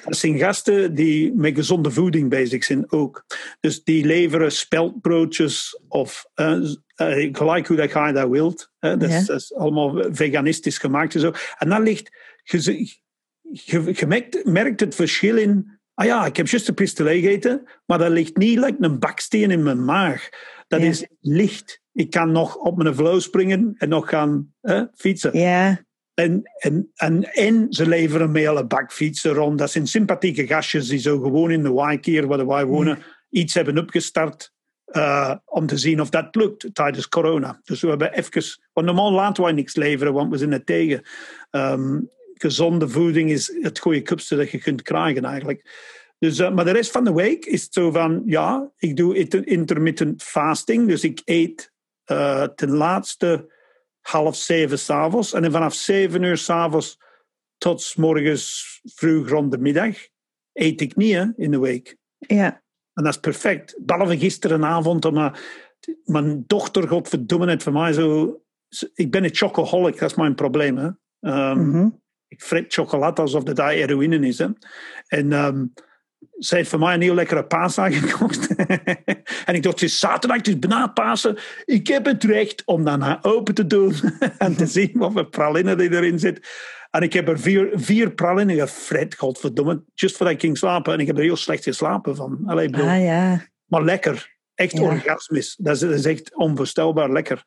Dat zijn gasten die met gezonde voeding bezig zijn ook. Dus die leveren speldbroodjes of uh, uh, gelijk hoe dat je dat wilt. Uh, dat, ja. is, dat is allemaal veganistisch gemaakt en zo. En dan ligt... Je, je, je merkt, merkt het verschil in... Ah ja, ik heb juist een pistolet gegeten, maar dat ligt niet like een baksteen in mijn maag. Dat ja. is licht. Ik kan nog op mijn vloer springen en nog gaan uh, fietsen. Ja. En, en, en, en ze leveren een hele bak fietsen rond. Dat zijn sympathieke gastjes die zo gewoon in de wijkeer waar wij wonen ja. iets hebben opgestart uh, om te zien of dat lukt tijdens corona. Dus we hebben even... Want normaal laten wij niks leveren, want we zijn er tegen. Um, gezonde voeding is het goedkoopste dat je kunt krijgen eigenlijk. Dus, uh, maar de rest van de week is het zo van... Ja, ik doe intermittent fasting. Dus ik eet uh, ten laatste... half zeven s'avonds. En dan vanaf zeven uur s'avonds tot 's morgens vroeg rond de middag eet ik niet hè, in de week. Ja. En dat is perfect. Behalve gisterenavond, maar mijn dochter, godverdomme, het voor mij zo... Ik ben een chocoholic, dat is mijn probleem. Hè. Um, mm-hmm. Ik fret chocolade alsof dat heroïne is. Hè. En... Um, zij heeft voor mij een heel lekkere paasa gekocht. En ik dacht, het is zaterdag, het is bijna Pasen. Ik heb het recht om dan open te doen en te zien wat voor pralinnen die erin zit. En ik heb er vier, vier pralinnen gefret, godverdomme, just voordat ik ging slapen. En ik heb er heel slecht geslapen van. Allee, bedoel, ah, ja. Maar lekker. Echt ja. orgasmisch. Dat is, dat is echt onvoorstelbaar lekker.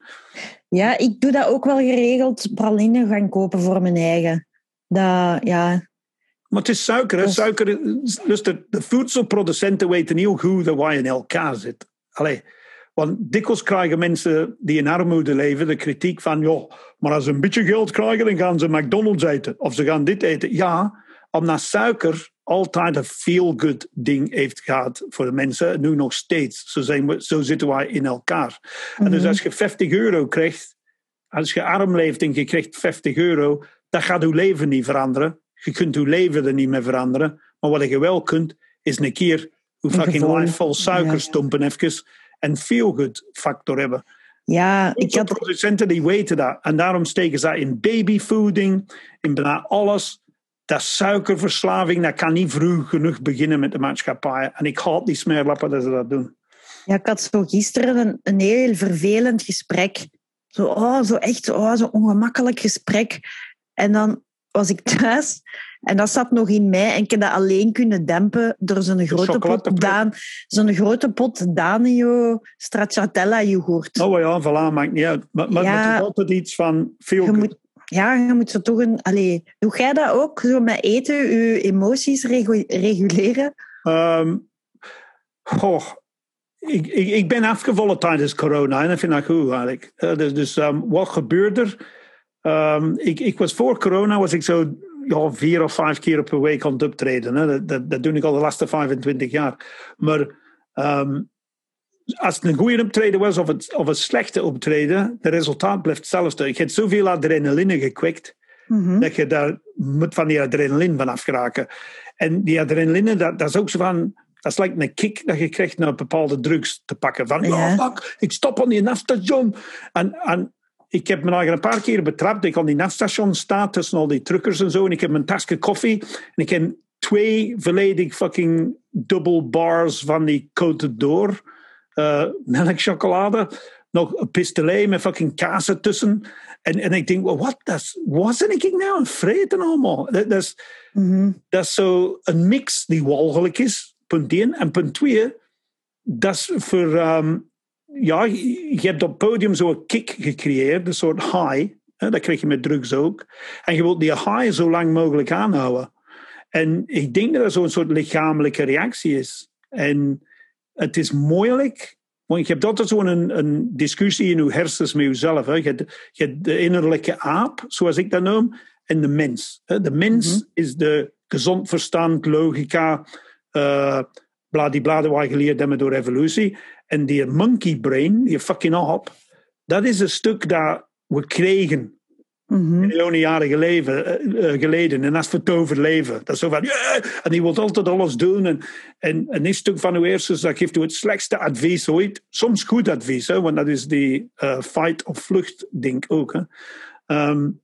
Ja, ik doe dat ook wel geregeld, pralinnen gaan kopen voor mijn eigen. Dat, ja... Maar het is suiker. Hè? Suiker dus de, de voedselproducenten weten heel goed dat wij in elkaar zitten. Allee, want dikwijls krijgen mensen die in armoede leven de kritiek van... joh, maar als ze een beetje geld krijgen, dan gaan ze McDonald's eten. Of ze gaan dit eten. Ja, omdat suiker altijd een feel-good ding heeft gehad voor de mensen. En nu nog steeds. Zo, zijn we, zo zitten wij in elkaar. Mm-hmm. En dus als je vijftig euro krijgt... Als je arm leeft en je krijgt vijftig euro... dan gaat je leven niet veranderen. Je kunt je leven er niet meer veranderen. Maar wat je wel kunt, is een keer je fucking life vol suiker ja. stompen even en feel-good factor hebben. Ja, ik had... producenten die weten dat. En daarom steken ze in babyvoeding, in bijna alles. Dat suikerverslaving, dat kan niet vroeg genoeg beginnen met de maatschappij. En ik haat die smeerlappen dat ze dat doen. Ja, ik had zo gisteren een, een heel vervelend gesprek. Zo, oh, zo echt oh, zo ongemakkelijk gesprek. En dan was ik thuis en dat zat nog in mij en ik heb dat alleen kunnen dempen door zo'n grote pot, Dan, zo'n grote pot Danio stracciatella yoghurt. Oh ja, voilà, maakt niet uit. Maar, maar ja, het is altijd iets van veel goed. Moet, ja, je moet zo toch een... Allez, doe jij dat ook, zo met eten, je emoties regu- reguleren? Um, goh, ik, ik, ik ben afgevallen tijdens corona en ik vind dat goed eigenlijk. Uh, dus dus um, wat gebeurt er? Um, ik, ik was voor corona was ik zo ja, vier of vijf keer per week aan het optreden. Hè. Dat, dat, dat doe ik al de laatste vijfentwintig jaar. Maar um, als het een goede optreden was of, het, of een slechte optreden, het resultaat blijft hetzelfde. Je hebt zoveel adrenaline gekweekt mm-hmm. dat je daar moet van die adrenaline vanaf geraken. En die adrenaline, dat, dat is ook zo van... Dat is like een kick dat je krijgt naar bepaalde drugs te pakken. Van, ja, oh, fuck, ik stop aan die nafstation. En... en ik heb me eigenlijk een paar keer betrapt. Ik aan die nafstation sta tussen al die truckers en zo. En ik heb mijn tasje koffie. En ik heb twee volledig fucking double bars van die Côte d'Or. Uh, melkchocolade. Nog een pistolet met fucking kaas ertussen. En, en ik denk, well, wat was ik nou een vreten allemaal? Dat, dat, is, mm-hmm. dat is zo een mix die walgelijk is. Punt één. En punt twee, dat is voor... Um, ja, je hebt op het podium zo'n kick gecreëerd, een soort high. Hè, dat krijg je met drugs ook. En je wilt die high zo lang mogelijk aanhouden. En ik denk dat dat zo'n soort lichamelijke reactie is. En het is moeilijk, want je hebt altijd zo'n een, een discussie in je hersens met jezelf. Hè. Je, hebt, je hebt de innerlijke aap, zoals ik dat noem, en de mens. Hè. De mens mm-hmm. is de gezond verstand, logica, uh, bladibla, dat wij geleerd hebben door evolutie. En die monkey brain, die fucking aap, dat is een stuk dat we kregen mm-hmm. miljoenen jaren geleden, uh, geleden. En dat is vertoverd leven. Dat is zo van, yeah! En die wil altijd alles doen. En, en, en een stuk van uw hersens, dat geeft u het slechtste advies ooit. Soms goed advies, hè, want dat is die uh, fight of vlucht ding ook. Hè. Um,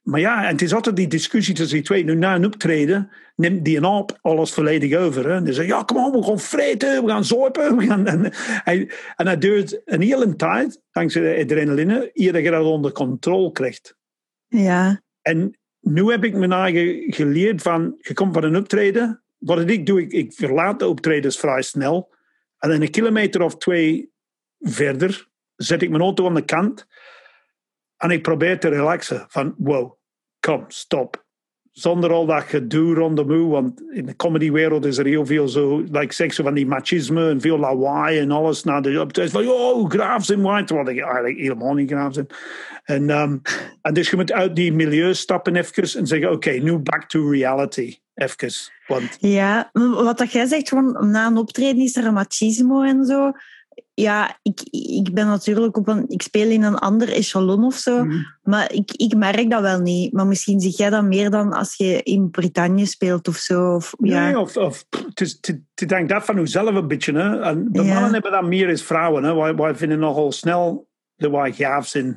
maar ja, en het is altijd die discussie tussen die twee. Nu na een optreden neemt die een op alles volledig over. Hè. En die zegt, ja, kom op, we gaan vreten, we gaan zuipen. We gaan, en, en, en dat duurt een hele tijd, dankzij de adrenaline, eer dat je dat onder controle krijgt. Ja. En nu heb ik mijn eigen geleerd van, je komt van een optreden. Wat ik doe, ik, ik verlaat de optredens vrij snel. En dan een kilometer of twee verder zet ik mijn auto aan de kant. En ik probeer te relaxen. Van, wow, kom, stop. Zonder al dat gedoe rondomhoe. Want in de comedywereld is er heel veel zo, like ik zeg, zo van die machisme en veel lawaai en alles. Na de optreden van, oh, graaf zijn white. Wat ik eigenlijk helemaal niet graaf zijn. En, um, en dus je moet uit die milieu stappen even en zeggen, oké, okay, nu back to reality. Even. Want... Ja, wat dat jij zegt, gewoon na een optreden is er een machismo en zo. Ja, ik, ik ben natuurlijk op een... Ik speel in een ander echelon of zo. Mm. Maar ik, ik merk dat wel niet. Maar misschien zie jij dat meer dan als je in Brittannië speelt of zo. Of, ja. Nee, of... of het hangt af van jezelf een beetje. Hè. En de mannen ja. hebben dat meer als vrouwen. Hè. Wij, wij vinden nogal snel dat wij gaaf zijn.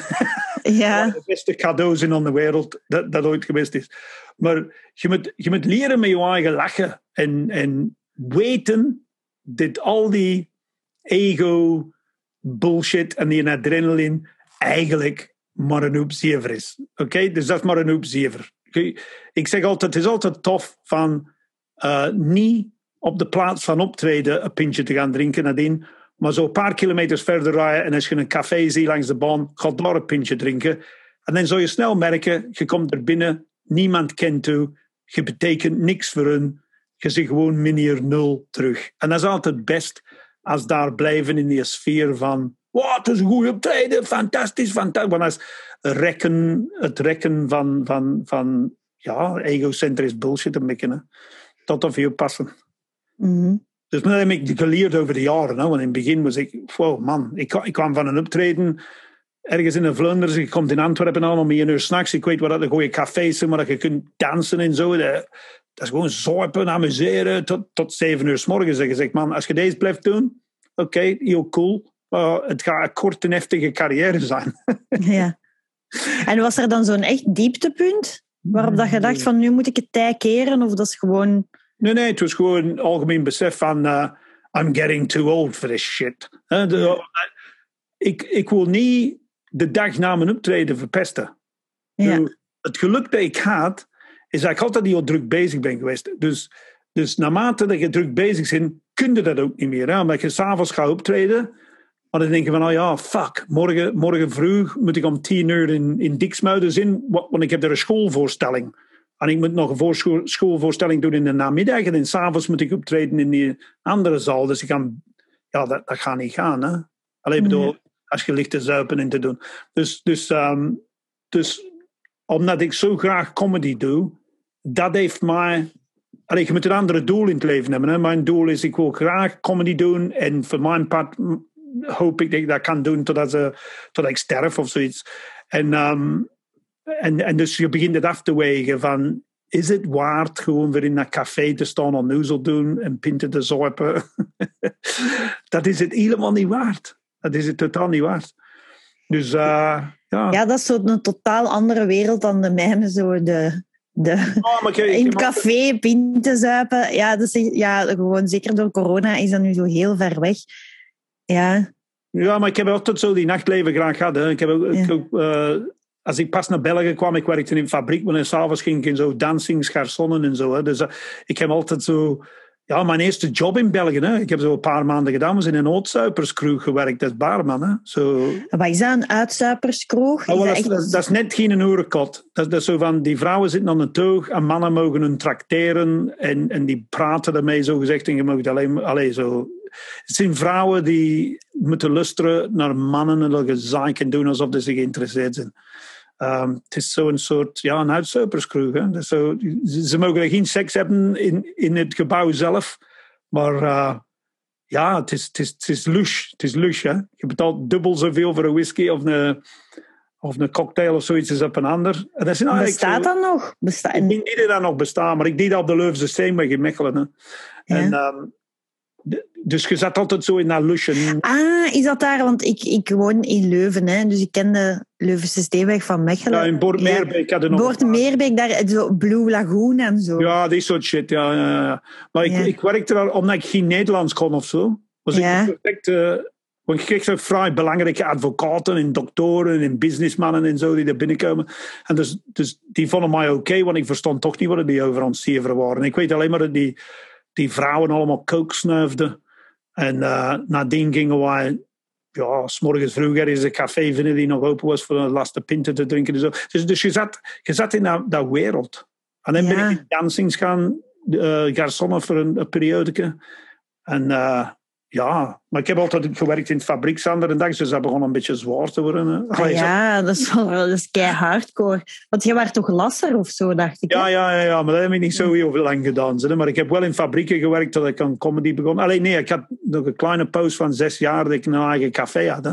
Ja. De beste cadeaus in de wereld dat, dat ooit geweest is. Maar je moet, je moet leren met je eigen lachen. En, en weten dat al die ego, bullshit en die adrenaline eigenlijk maar een hoop zever is. Oké? Okay? Dus dat is maar een hoop zever. Ik zeg altijd, het is altijd tof van uh, niet op de plaats van optreden een pintje te gaan drinken nadien, maar zo een paar kilometers verder rijden en als je een café ziet langs de baan, ga daar een pintje drinken. En dan zul je snel merken, je komt er binnen, niemand kent u, je betekent niks voor hun, je zit gewoon meneer nul terug. En dat is altijd best als daar blijven in die sfeer van, wow, het is een goede optreden, fantastisch, fantastisch. Want als rekken, het rekken van, van, van ja, egocentrisch bullshit een beetje, hè. Dat of je passen. Mm-hmm. Dus dat heb ik geleerd over de jaren. Hè. Want in het begin was ik, wow man, ik, ik kwam van een optreden ergens in de Vlaanders, ik kom in Antwerpen aan om een uur s'nachts. Ik weet wat dat de goede cafés zijn, maar dat je kunt dansen en zo. Dat, dat is gewoon zuipen, amuseren tot, tot zeven uur 's morgens. En je zegt, man, als je deze blijft doen, oké, okay, heel cool. Maar het gaat een korte en heftige carrière zijn. Ja. En was er dan zo'n echt dieptepunt waarop dat je dacht van nu moet ik het tij keren? Of dat is gewoon... Nee, nee, het was gewoon een algemeen besef van uh, I'm getting too old for this shit. Uh, de, uh, ik, ik wil niet de dag na mijn optreden verpesten. Ja. Dus het geluk dat ik had, is dat ik altijd heel druk bezig ben geweest. Dus, dus naarmate dat je druk bezig bent, kun je dat ook niet meer. Hè? Omdat je s'avonds gaat optreden, maar dan denk je van, oh ja, fuck, morgen, morgen vroeg moet ik om tien uur in, in Diksmuiden zijn, want ik heb er een schoolvoorstelling. En ik moet nog een voorschool, schoolvoorstelling doen in de namiddag. En s'avonds moet ik optreden in die andere zaal. Dus ik kan, ja, dat, dat gaat niet gaan. Hè? Alleen bedoel, nee. Als je ligt te zuipen en te doen. Dus, dus, um, dus omdat ik zo graag comedy doe, dat heeft mij... Allee, je moet een andere doel in het leven hebben. Hè? Mijn doel is, ik wil graag comedy doen. En voor mijn part hoop ik dat ik dat kan doen totdat, ze, totdat ik sterf of zoiets. En... Um, En, en dus je begint het af te wegen van, is het waard gewoon weer in dat café te staan en noezel doen en pinten te zuipen? Dat is het helemaal niet waard. Dat is het totaal niet waard. Dus uh, ja. Ja, dat is zo'n totaal andere wereld dan de mijne. Zo de, de, oh, maar kijk, in het café altijd... pinten zuipen. Ja, dat is, ja, gewoon zeker door corona is dat nu zo heel ver weg. Ja. Ja, maar ik heb altijd zo die nachtleven graag gehad. Hè. Ik heb ook... Ja. Ik ook uh, Als ik pas naar België kwam, ik werkte in een fabriek, maar s'avonds ging ik in zo dansings, garçonnen en zo. Hè. Dus uh, ik heb altijd zo... Ja, mijn eerste job in België. Hè. Ik heb zo een paar maanden gedaan, was in een uitzuiperskroeg gewerkt als barman. Hè. So... Wat is dat, een uitzuiperskroeg? Oh, well, dat, is, dat, dat is net geen hoerenkot. Dat, dat is zo van, die vrouwen zitten aan de toog en mannen mogen hun trakteren en, en die praten ermee zo gezegd en je mag alleen, alleen zo... Het zijn vrouwen die moeten luisteren naar mannen en dat gezaak en doen alsof ze geïnteresseerd zijn. Um, het is zo'n soort, ja, een uitzuiperskroeg. Hè? Dus zo, ze, ze mogen geen seks hebben in, in het gebouw zelf, maar uh, ja, het is, het is, het is lush. Het is lush, hè? Je betaalt dubbel zoveel voor een whisky of een, of een cocktail of zoiets als op een ander. En dat zijn bestaat zo, dat nog? Besta- ik denk niet dat dat nog bestaat, maar ik deed dat op de Leuvense Steen bij Gemechelen. Hè? Ja. En, um, Dus je zat altijd zo in dat lusje. Ah, is dat daar? Want ik, ik woon in Leuven, hè, dus ik ken de Leuvense Steenweg van Mechelen. Ja, in Boortmeerbeek hadden nog... Boortmeerbeek, daar zo Blue Lagoon en zo. Ja, die soort shit, ja. ja, ja. Maar ik, Ja. ik werkte daar omdat ik geen Nederlands kon of zo. Was Ja. ik perfect... Uh, want je kreeg zo vrij belangrijke advocaten en doktoren en businessmannen en zo die er binnenkomen. En dus, dus die vonden mij oké, okay, want ik verstond toch niet wat die over ons zeven waren. Ik weet alleen maar dat die, die vrouwen allemaal coke snuifden. En uh, nadien gingen wij, ja, 's morgens vroeg ergens een café vinden die nog open was voor een laatste pinten te drinken. En zo. Dus, dus je, zat, je zat in dat, dat wereld. En dan ja. ben ik in dansings gaan, uh, garçonnen voor een, een periode. En uh, ja, maar ik heb altijd gewerkt in het fabrieksander en dag, dus dat begon een beetje zwaar te worden. Ah, ja, dat is, wel, dat is kei hardcore. Want jij was toch lasser of zo, dacht ik? Ja, ja, ja, ja, maar dat heb ik niet zo heel lang gedaan. Hè. Maar ik heb wel in fabrieken gewerkt dat ik aan comedy begon. Alleen nee, ik had nog een kleine pauze van zes jaar dat ik een eigen café had. Hè.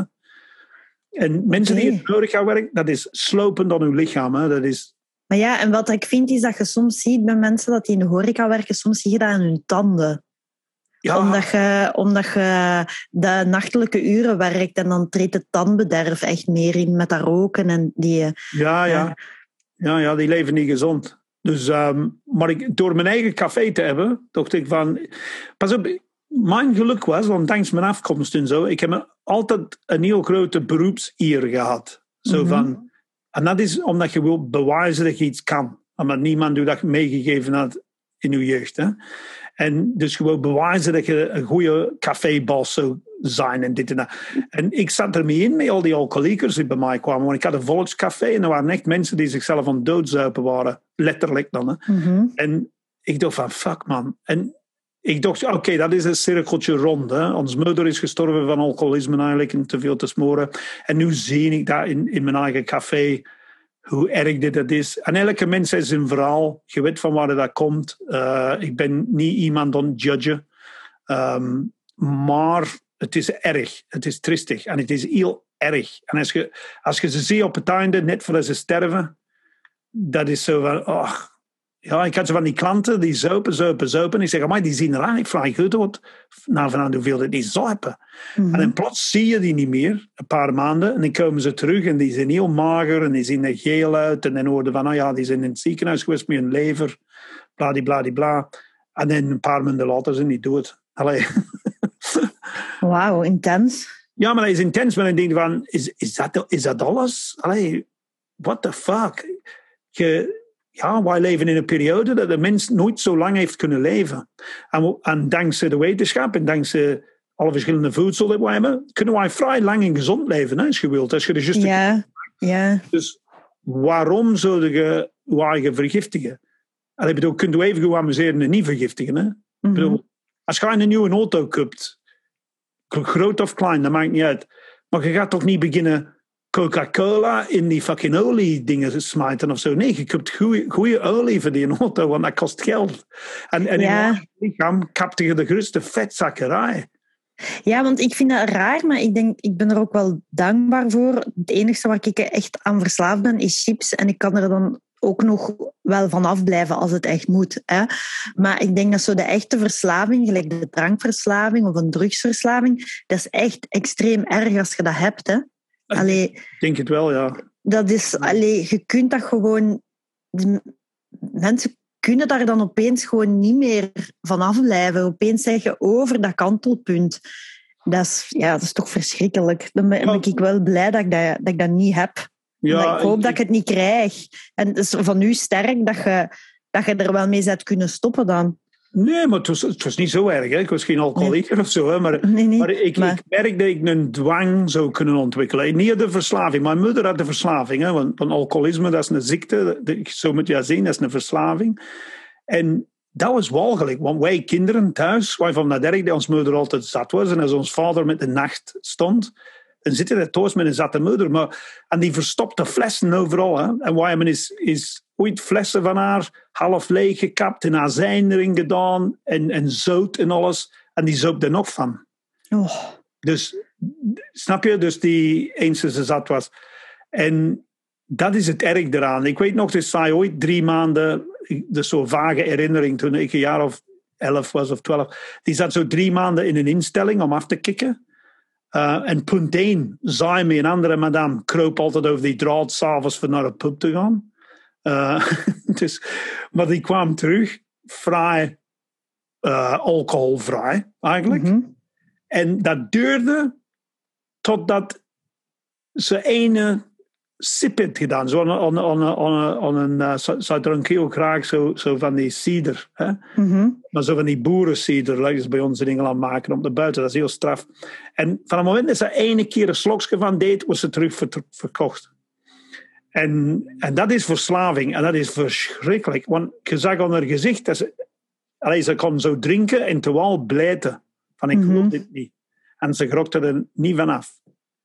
En mensen okay. die het nodig gaan werken, dat is slopend aan hun lichaam. Hè. Dat is... Maar ja, en wat ik vind is dat je soms ziet bij mensen dat die in de horeca werken, soms zie je dat aan hun tanden. Ja. Omdat, je, omdat je de nachtelijke uren werkt en dan treedt het tandbederf echt meer in met dat roken. En die, ja, ja. ja. ja, ja die leven niet gezond. Dus, um, maar ik, door mijn eigen café te hebben, dacht ik van... Pas op, mijn geluk was, want dankzij mijn afkomst en zo, ik heb altijd een heel grote beroepseer gehad. Zo mm-hmm. van, en dat is omdat je wil bewijzen dat je iets kan. Omdat niemand u dat meegegeven had in je jeugd. Hè? En dus gewoon bewijzen dat je een goede cafébas zou zijn en dit en dat. En ik zat er mee in met al die alcoholiekers die bij mij kwamen. Want ik had een volkscafé en er waren echt mensen die zichzelf aan doodzuipen waren. Letterlijk dan. Hè. Mm-hmm. En ik dacht van, fuck man. En ik dacht, oké, okay, dat is een cirkeltje rond. Hè. Ons moeder is gestorven van alcoholisme eigenlijk en te veel te smoren. En nu zie ik dat in, in mijn eigen café... hoe erg dit dat is. En elke mens is een verhaal. Je weet van waar dat komt. Uh, ik ben niet iemand aan het judgen. Um, maar het is erg. Het is tristig. En het is heel erg. En als je, als je ze ziet op het einde, net voordat ze sterven, dat is zo van... Oh, ja, ik had zo van die klanten die zuipen, zuipen, zuipen. En ik zeg, amai, die zien er eigenlijk vrij goed uit. Nou, van hoeveel die zuipen. Mm-hmm. En dan plots zie je die niet meer, een paar maanden. En dan komen ze terug en die zijn heel mager en die zien er geel uit. En dan hoorden van, nou ja, die zijn in het ziekenhuis geweest met hun lever. Bladibladibla. En dan een paar maanden later zijn die dood. Allee. Wauw, intens. Ja, maar dat is intens. Maar dan denk je van, is, is, dat, is dat alles? Allee, what the fuck? Je... Ja, wij leven in een periode dat de mens nooit zo lang heeft kunnen leven. En, en dankzij de wetenschap en dankzij alle verschillende voedsel die wij hebben, kunnen wij vrij lang en gezond leven, hè, als je wilt. Als je de juiste... Ja, ja. Dus waarom zou je je eigen vergiftigen? En ik bedoel, kun je even goed amuseren en niet vergiftigen. Hè? Mm-hmm. Ik bedoel, als je een nieuwe auto koopt, groot of klein, dat maakt niet uit. Maar je gaat toch niet beginnen... Coca-Cola in die fucking olie dingen smijten of zo. Nee, je koopt goede olie voor die auto, want dat kost geld. En, en ja. in je lichaam kapte je de grootste vetzakkerij. Ja, want ik vind dat raar, maar ik denk, ik ben er ook wel dankbaar voor. Het enige waar ik echt aan verslaafd ben, is chips. En ik kan er dan ook nog wel van afblijven als het echt moet. Hè. Maar ik denk dat zo de echte verslaving, gelijk de drankverslaving of een drugsverslaving, dat is echt extreem erg als je dat hebt, hè. Allee, ik denk het wel, ja. Dat is, allee, je kunt dat gewoon... Mensen kunnen daar dan opeens gewoon niet meer van afblijven. Opeens zeg je over dat kantelpunt. Dat is, ja, dat is toch verschrikkelijk. Dan ben, ja. ben ik wel blij dat ik dat, dat, ik dat niet heb. Ja, ik hoop ik, dat ik het niet krijg. En het is van u sterk dat je, dat je er wel mee zou kunnen stoppen dan. Nee, maar het was, het was niet zo erg. Hè. Ik was geen alcoholieker nee. of zo. Hè. Maar, nee, nee, maar, ik, maar ik merkte dat ik een dwang zou kunnen ontwikkelen. Niet de verslaving. Mijn moeder had de verslaving. Hè. Want, want alcoholisme, dat is een ziekte. Zo moet je dat zien, dat is een verslaving. En dat was walgelijk. Want wij kinderen thuis, wij vonden dat erg dat ons moeder altijd zat was. En als ons vader met de nacht stond, dan zitten we thuis met een zatte moeder. Maar, en die verstopte flessen overal. Hè. En wij hebben is... is ooit flessen van haar half leeg gekapt en azijn erin gedaan en, en zout en alles. En die zoop er nog van. Oh. Dus, snap je? Dus die eens ze zat was. En dat is het erg eraan. Ik weet nog, dus zij ooit drie maanden, dus zo'n vage herinnering, toen ik een jaar of elf was of twaalf. Die zat zo drie maanden in een instelling om af te kicken. Uh, en punt één, zij me een andere madame kroop altijd over die draad s'avonds voor naar een pub te gaan. Uh, dus, maar die kwam terug, vrij uh, alcoholvrij eigenlijk. Mm-hmm. En dat duurde totdat ze ene sip heeft gedaan. Zo aan, aan, aan, aan een, uh, zij dronk heel graag zo, zo van die cider. Hè? Mm-hmm. Maar zo van die boerencider, dat ze bij ons in Engeland maken op de buiten. Dat is heel straf. En van het moment dat ze ene keer een slokje van deed, was ze terug ver, verkocht. En, en dat is verslaving. En dat is verschrikkelijk. Want je zag aan haar gezicht, dat ze, allee, ze kon zo drinken en terwijl blijten. Van ik mm-hmm. wil dit niet. En ze grokte er niet vanaf.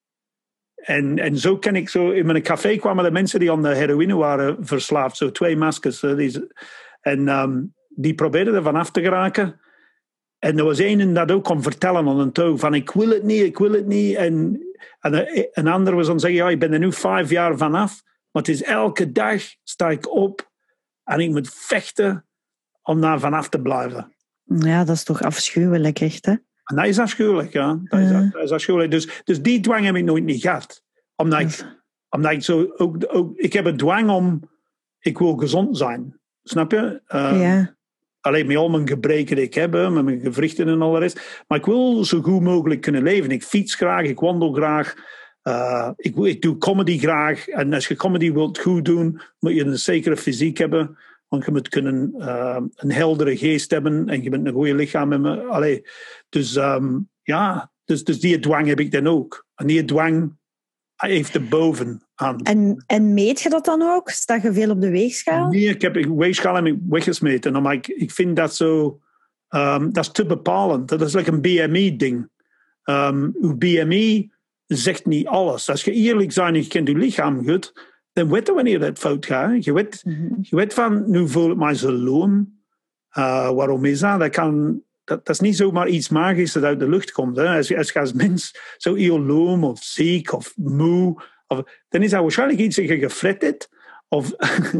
En, en zo ken ik zo... In mijn café kwamen de mensen die aan de heroïne waren verslaafd. Zo twee maskers. Die, en um, die probeerden er vanaf te geraken. En er was een dat ook kon vertellen aan een touw. Van ik wil het niet, ik wil het niet. En, en een ander was dan zeggen... Ja, ik ben er nu vijf jaar vanaf. Maar het is elke dag sta ik op. En ik moet vechten om daar vanaf te blijven. Ja, dat is toch afschuwelijk, echt, hè? En dat is afschuwelijk, ja. Dat is, uh. dat is afschuwelijk. Dus, dus die dwang heb ik nooit niet gehad. Omdat ik, omdat ik zo... Ook, ook, ik heb een dwang om... Ik wil gezond zijn. Snap je? Uh, ja. Alleen met al mijn gebreken die ik heb, met mijn gewrichten en al de rest. Maar ik wil zo goed mogelijk kunnen leven. Ik fiets graag, ik wandel graag. Uh, ik, ik doe comedy graag. En als je comedy wilt goed doen, moet je een zekere fysiek hebben. Want je moet kunnen uh, een heldere geest hebben en je moet een goede lichaam hebben. Allee. Dus um, ja, dus, dus die dwang heb ik dan ook. En die dwang heeft de boven aan. En, en meet je dat dan ook? Sta je veel op de weegschaal? Nee, ik heb een weegschaal en ik weggesmeten. Maar ik, ik vind dat zo... Um, dat is te bepalend. Dat is like een B M I-ding. Um, uw B M I zegt niet alles. Als je eerlijk bent en je kent je lichaam goed... dan weet je wanneer het fout gaat. Je weet, mm-hmm. je weet van, nu voel ik mij zo loom. Uh, waarom is dat? Dat, kan, dat? Dat is niet zomaar iets magisch dat uit de lucht komt. Hè. Als, als je als mens zo heel loom of ziek of moe... Of, dan is dat waarschijnlijk iets dat je gefret hebt. Of,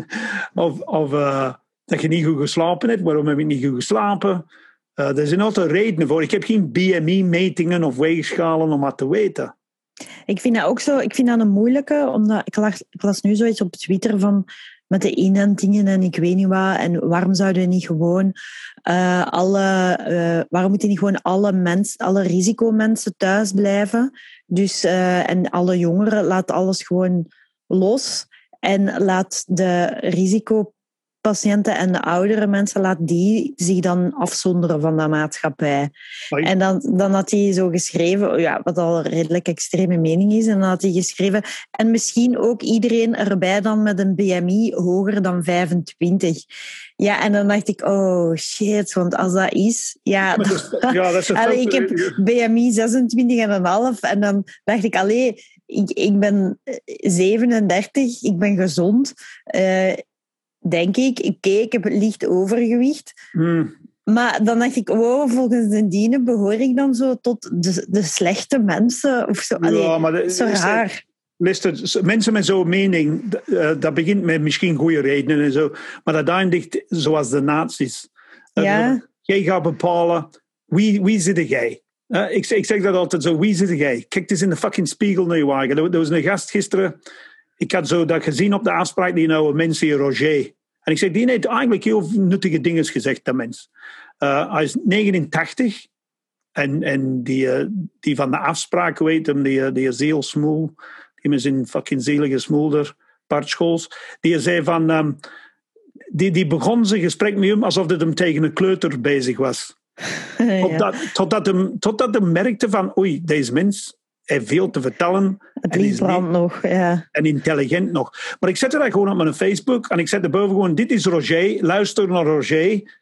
of, of uh, dat je niet goed geslapen hebt. Waarom heb ik niet goed geslapen? Uh, er zijn altijd redenen voor. Ik heb geen B M I-metingen of weegschalen om dat te weten. Ik vind dat ook zo, ik vind dat een moeilijke, omdat ik las, ik las nu zoiets op Twitter van met de inentingen en ik weet niet wat, en waarom zouden we niet gewoon uh, alle, uh, waarom moeten niet gewoon alle mensen, alle risicomensen thuis blijven? Dus, uh, en alle jongeren, laat alles gewoon los en laat de risicopatiënten en de oudere mensen, laat die zich dan afzonderen van de maatschappij. Hoi. En dan, dan had hij zo geschreven, ja, wat al een redelijk extreme mening is, en dan had hij geschreven, en misschien ook iedereen erbij dan met een B M I hoger dan vijfentwintig. Ja, en dan dacht ik, oh shit, want als dat is... Ja, dat, dus, ja, dat is allee, ik heb B M I zesentwintig komma vijf en dan dacht ik, allee, ik, ik ben zevenendertig, ik ben gezond, uh, denk ik. Oké, okay, ik heb licht overgewicht. Hmm. Maar dan dacht ik, wow, volgens de dienen behoor ik dan zo tot de, de slechte mensen of zo. Allee, ja, maar dat is zo raar. Luister, mensen met zo'n mening, uh, dat begint met misschien goede redenen en zo, maar dat eindigt zoals de nazi's. Ja. Uh, jij gaat bepalen, wie, wie zit jij? Uh, ik, ik zeg dat altijd zo, wie zit jij? Kijk eens in de fucking spiegel naar je wagen. Er, er was een gast gisteren, ik had zo dat gezien op de afspraak, die nou mensen hier, Roger. En ik zeg, die heeft eigenlijk heel nuttige dingen gezegd, dat mens. Uh, hij is negenentachtig en, en die, uh, die van de afspraak, weet hem, die, die is heel smoel. Die is een fucking zelige smoelder, Bart Scholz. Die zei van... Um, die, die begon zijn gesprek met hem alsof het hem tegen een kleuter bezig was. Ja. Totdat, totdat, hem, totdat hem merkte van... Oei, deze mens heeft veel te vertellen. Het licht brandt nog, ja. En intelligent nog. Maar ik zette dat gewoon op mijn Facebook. En ik zette boven gewoon... Dit is Roger. Luister naar Roger.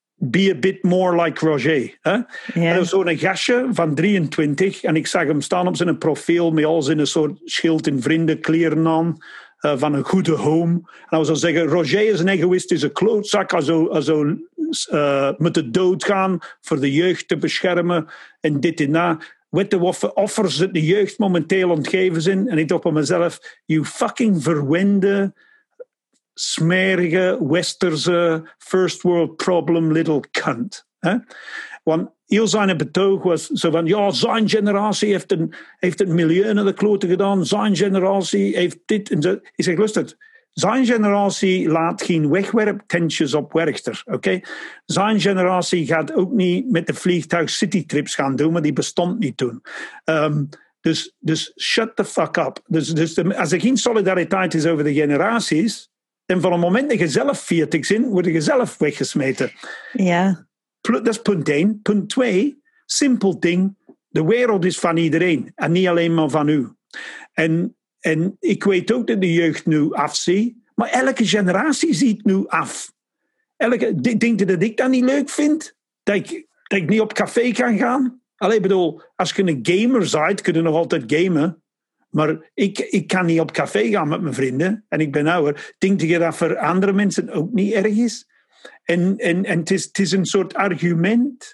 Be a bit more like Roger. Hè? Ja. En er was zo'n gastje van drieëntwintig. En ik zag hem staan op zijn profiel met al zijn soort schild en vriendenkleren aan. Uh, van een goede home. En hij zou zeggen, Roger is een egoïstische klootzak. Hij zou, hij zou uh, moeten doodgaan voor de jeugd te beschermen. En dit en dat. Weet je wat voor offers de jeugd momenteel ontgeven zijn? En ik dacht bij mezelf, you fucking verwende... smerige, westerse, first world problem little cunt. Hè? Want heel zijn betoog was zo van, ja, zijn generatie heeft, een, heeft het milieu naar de kloten gedaan, zijn generatie heeft dit en zo. Ik zeg, luister, zijn generatie laat geen wegwerptentjes op Werchter, oké? Okay? Zijn generatie gaat ook niet met de vliegtuig citytrips gaan doen, maar die bestond niet toen. Um, dus, dus shut the fuck up. Dus, dus de, als er geen solidariteit is over de generaties, dan van het moment dat je zelf veertig bent, word je zelf weggesmeten. Ja. Dat is punt één. Punt twee, simpel ding, de wereld is van iedereen en niet alleen maar van u. En, en ik weet ook dat de jeugd nu afziet, maar elke generatie ziet nu af. Elke, denk je dat ik dat niet leuk vind? Dat ik, dat ik niet op café kan gaan? Allee, bedoel, als je een gamer bent, kun je nog altijd gamen. Maar ik, ik kan niet op café gaan met mijn vrienden en ik ben ouder. Denk je dat voor andere mensen ook niet erg is? En, en, en het, is, het is een soort argument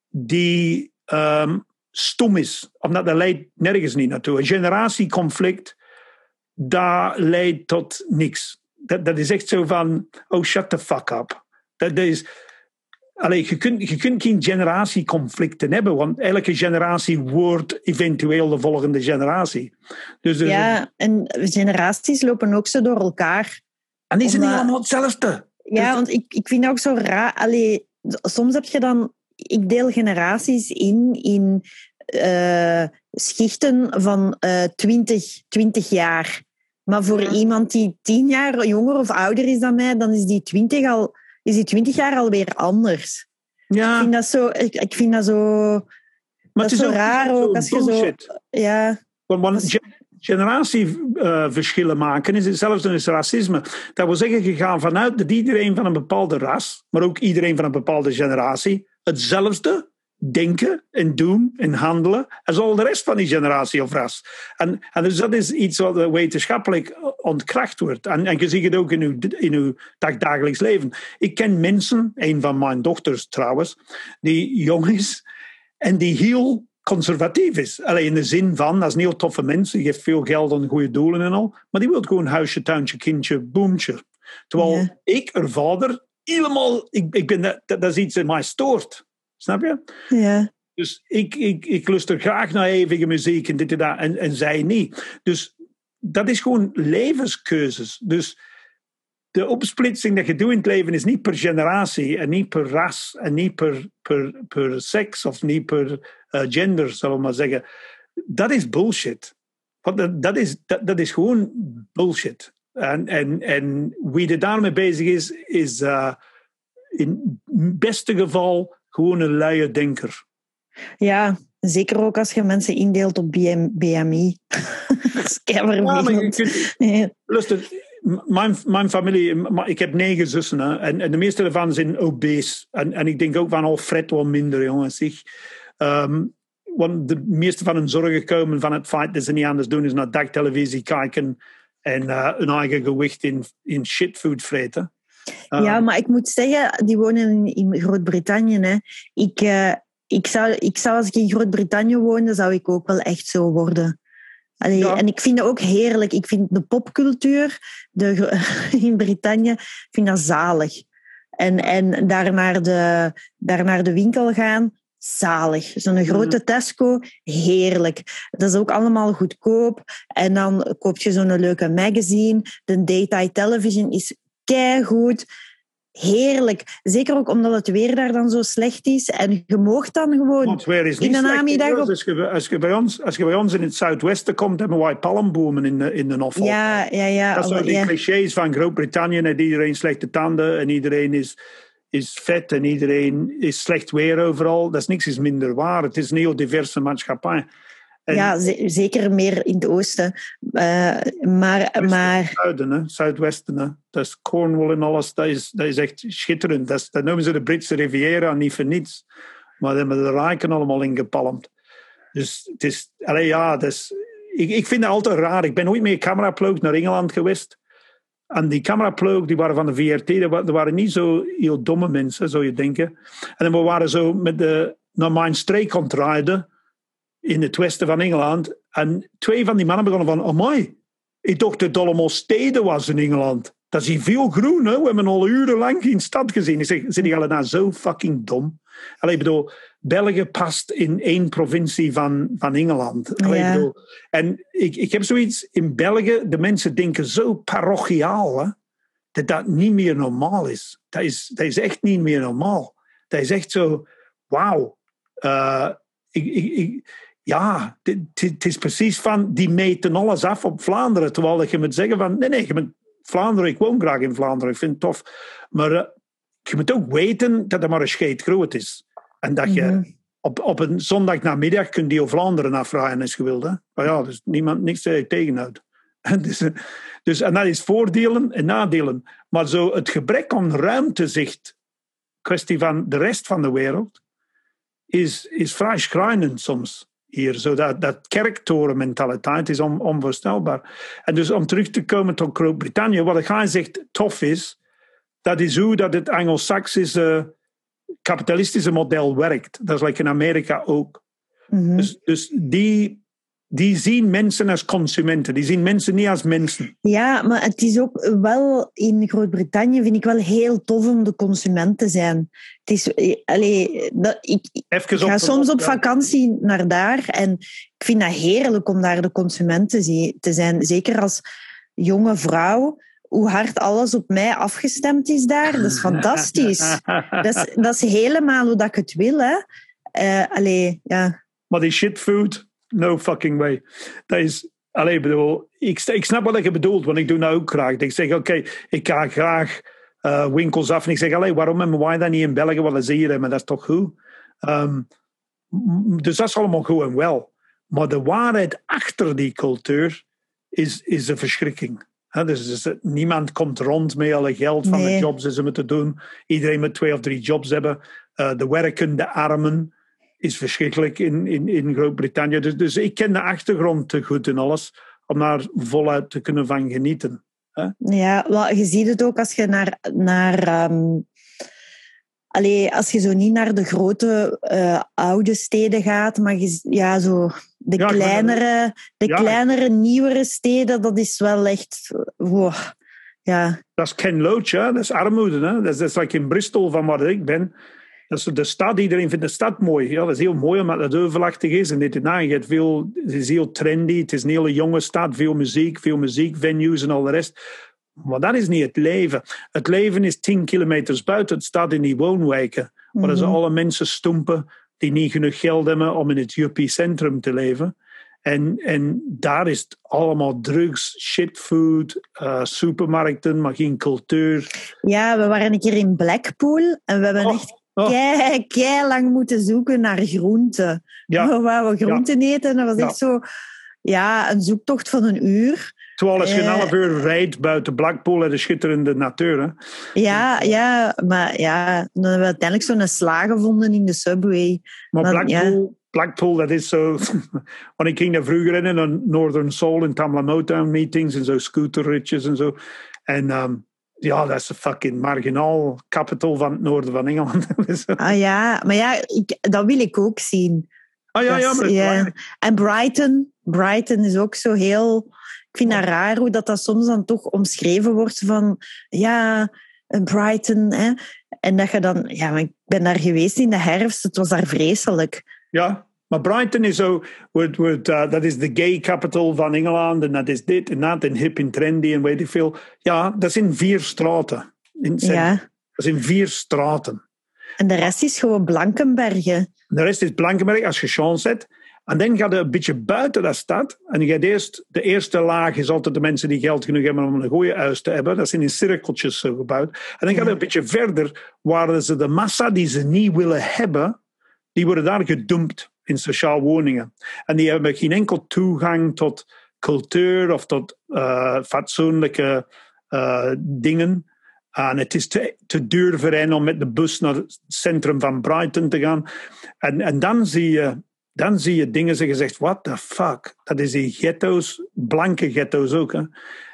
die um, stom is. Omdat dat leidt nergens niet naartoe. Een generatieconflict, dat leidt tot niks. Dat, dat is echt zo van, oh, shut the fuck up. Dat, dat is... Allee, je, kunt, je kunt geen generatieconflicten hebben, want elke generatie wordt eventueel de volgende generatie. Dus, dus ja, en generaties lopen ook zo door elkaar. En is het Omdat... niet allemaal hetzelfde? Ja, dus... want ik, ik vind dat ook zo raar. Allee, soms heb je dan... Ik deel generaties in, in uh, schichten van uh, twintig, twintig jaar. Maar voor ja. iemand die tien jaar jonger of ouder is dan mij, dan is die twintig al... is die twintig jaar alweer anders. Ja. Ik vind dat zo... Ik, ik vind dat zo... Maar dat is zo raar ook. Als je zo... Ja. Want, want generatieverschillen uh, maken is hetzelfde als racisme. Dat wil zeggen, je gaat vanuit dat iedereen van een bepaalde ras, maar ook iedereen van een bepaalde generatie, hetzelfde denken en doen en handelen als al de rest van die generatie of ras. En, en dus dat is iets wat wetenschappelijk ontkracht wordt. En, en je ziet het ook in uw, in uw dagdagelijks leven. Ik ken mensen, een van mijn dochters trouwens, die jong is en die heel conservatief is. Alleen in de zin van, dat is een heel toffe mens, die geeft veel geld aan goede doelen en al, maar die wil gewoon huisje, tuintje, kindje, boomtje. Terwijl yeah. ik, haar vader, helemaal, ik, ik ben, dat, dat is iets in mij stoort. Snap je? Ja. Dus ik, ik, ik luister graag naar eeuwige muziek en dit en dat, en, en zij niet. Dus dat is gewoon levenskeuzes. Dus de opsplitsing dat je doet in het leven is niet per generatie en niet per ras en niet per, per, per seks of niet per uh, gender, zullen we maar zeggen. Dat is bullshit. Want dat, dat, is, dat, dat is gewoon bullshit. En, en, en wie er daarmee bezig is, is uh, in het beste geval gewoon een luie denker. Ja, zeker ook als je mensen indeelt op B M I. Dat is keivervelend. Ja, nee. Luister, mijn, mijn familie, ik heb negen zussen hè, en, en de meeste daarvan zijn obese. En, en ik denk ook van, oh, Fred wel minder, jongens. Um, want de meeste van hun zorgen komen van het feit dat ze niet anders doen is naar dagtelevisie kijken en uh, hun eigen gewicht in, in shitfood vreten. Uh, ja, maar ik moet zeggen, die wonen in, in Groot-Brittannië. Hè. Ik, uh, ik, zou, ik zou, als ik in Groot-Brittannië woonde, zou ik ook wel echt zo worden. Allee, ja. En ik vind dat ook heerlijk. Ik vind de popcultuur de, in Brittannië, ik vind dat zalig. En, en daar, naar de, daar naar de winkel gaan, zalig. Zo'n grote Tesco, heerlijk. Dat is ook allemaal goedkoop. En dan koop je zo'n leuke magazine. De daytime television is keigoed. Heerlijk. Zeker ook omdat het weer daar dan zo slecht is. En je moogt dan gewoon in de namiddag... Op... Als je, als, je bij ons, als je bij ons in het zuidwesten komt, hebben wij palmbomen in de, in de noffel. Ja, ja, ja. Dat zijn die ja. clichés van Groot-Brittannië. En iedereen slechte tanden en iedereen is, is vet en iedereen is slecht weer overal. Dat is niks is minder waar. Het is een heel diverse maatschappij. En ja, z- zeker meer in het oosten. Uh, maar... maar... Zuiden, hè? Zuidwesten. Hè? Dat is Cornwall en alles. Dat is, dat is echt schitterend. Dat, is, dat noemen ze de Britse Riviera, niet voor niets. Maar daar hebben de rijken allemaal ingepalmd. Dus het is... Allee, ja, dat is, ik, ik vind het altijd raar. Ik ben nooit meer cameraploeg naar Engeland geweest. En die cameraploeg, die waren van de V R T. Dat waren niet zo heel domme mensen, zou je denken. En we waren zo met de, naar mijn streek aan het rijden in het westen van Engeland. En twee van die mannen begonnen van, amai, ik dacht dat het allemaal steden was in Engeland. Dat is hier veel groen, hè? We hebben al urenlang geen stad gezien. Ik zeg, zijn die allemaal zo fucking dom? Allee, ik bedoel, België past in één provincie van, van Engeland. Allee, ja. ik bedoel, en ik, ik heb zoiets in België, de mensen denken zo parochiaal, hè, dat dat niet meer normaal is. Dat is, dat is echt niet meer normaal. Dat is echt zo, wauw. Uh, ik, ik, ik, ja, het is precies van, die meten alles af op Vlaanderen. Terwijl je moet zeggen van, nee, nee, je moet Vlaanderen, ik woon graag in Vlaanderen, ik vind het tof. Maar uh, je moet ook weten dat het maar een scheet groot is. En dat je mm-hmm. op, op een zondagnamiddag kunt die Vlaanderen afvragen als je wilt. Hè? Maar ja, dus niemand niks uh, tegenhoudt. dus, dus, en dat is voordelen en nadelen. Maar zo het gebrek aan ruimtezicht, kwestie van de rest van de wereld, is, is vrij schrijnend soms. Hier, zo dat, dat kerktorenmentaliteit is on, onvoorstelbaar. En dus om terug te komen tot Groot-Brittannië, wat hij zegt tof is, dat is hoe dat het Anglo-Saxische kapitalistische model werkt. Dat is like in Amerika ook. Mm-hmm. Dus, dus die, die zien mensen als consumenten. Die zien mensen niet als mensen. Ja, maar het is ook wel in Groot-Brittannië, vind ik wel heel tof om de consument te zijn. Het is, allee, dat, ik, ik ga op soms op vakantie naar daar en ik vind dat heerlijk om daar de consument te zijn. Zeker als jonge vrouw. Hoe hard alles op mij afgestemd is daar, dat is fantastisch. dat, is, dat is helemaal hoe dat ik het wil. Hè. Uh, allee, ja. Maar die shitfood, no fucking way. Dat is, allee, bedoel, ik, ik snap wat je bedoelt, want ik doe dat ook graag. Ik zeg, oké, okay, ik ga graag uh, winkels af en ik zeg, allee, waarom hebben wij dat niet in België? Wat is hier? Maar dat is toch goed? Um, dus dat is allemaal goed en wel. Maar de waarheid achter die cultuur is, is een verschrikking. He, dus, dus niemand komt rond met alle geld van nee. de jobs die ze moeten doen. Iedereen moet twee of drie jobs hebben. Uh, de werkende armen is verschrikkelijk in, in, in Groot-Brittannië. Dus, dus ik ken de achtergrond te goed en alles om daar voluit te kunnen van genieten. He? Ja, wel, je ziet het ook als je naar... naar um... Allee, als je zo niet naar de grote uh, oude steden gaat, maar je, ja, zo de, ja, kleinere, de ja. kleinere, nieuwere steden, dat is wel echt... Wow, ja. Dat is Ken Loach, hè? Dat is armoede. Hè? Dat is, dat is like in Bristol, van waar ik ben. Dat is de stad, iedereen vindt de stad mooi. Ja, dat is heel mooi omdat het overlachtig is. En dit en dat. Je hebt veel, het is heel trendy, het is een hele jonge stad, veel muziek, veel muziekvenues en al de rest. Maar dat is niet het leven. Het leven is tien kilometers buiten het stad in die woonwijken. Waar mm-hmm. ze alle mensen stompen die niet genoeg geld hebben om in het yuppie-centrum te leven. En, en daar is het allemaal drugs, shitfood, uh, supermarkten, maar geen cultuur. Ja, we waren een keer in Blackpool en we hebben oh, echt oh. kei, kei lang moeten zoeken naar groenten. Ja. We wouden groenten ja. eten en dat was echt ja. zo... Ja, een zoektocht van een uur. Terwijl als je een half uur rijdt buiten Blackpool en de schitterende natuur. Hè? Ja, ja, maar ja, dan hebben we uiteindelijk zo'n sla gevonden in de subway. Maar dan, Blackpool, ja. Blackpool, dat is zo... Want ik ging daar vroeger in, in Northern Soul, in Tamla Motown meetings en zo scooterritjes en zo. En um, ja, dat is een fucking marginaal capital van het noorden van Engeland. Ah ja, maar ja, ik, dat wil ik ook zien. Ah ja, ja, maar ja. En Brighton, Brighton is ook zo heel... Ik vind het raar hoe dat, dat soms dan toch omschreven wordt van... Ja, Brighton, hè. En dat je dan... Ja, maar ik ben daar geweest in de herfst. Het was daar vreselijk. Ja, maar Brighton is zo... Wordt, wordt, uh, dat is de gay capital van Engeland. En dat is dit en dat. En hip en trendy en weet ik veel. Ja, dat is in vier straten. In ja. Dat is in vier straten. En de rest is gewoon Blankenbergen. De rest is Blankenberg als je chance hebt. En dan gaat je een beetje buiten de stad. En je gaat eerst, de eerste laag is altijd de mensen die geld genoeg hebben om een goede huis te hebben. Dat zijn in cirkeltjes zo gebouwd. En dan gaat je een beetje verder, waar ze de massa die ze niet willen hebben, die worden daar gedumpt in sociaal woningen. En die hebben geen enkel toegang tot cultuur of tot uh, fatsoenlijke uh, dingen. En het is te, te duur voor hen om met de bus naar het centrum van Brighton te gaan. En, en dan zie je... Dan zie je dingen zeggen, zegt, what the fuck? Dat is die ghetto's, blanke ghetto's ook. Hè?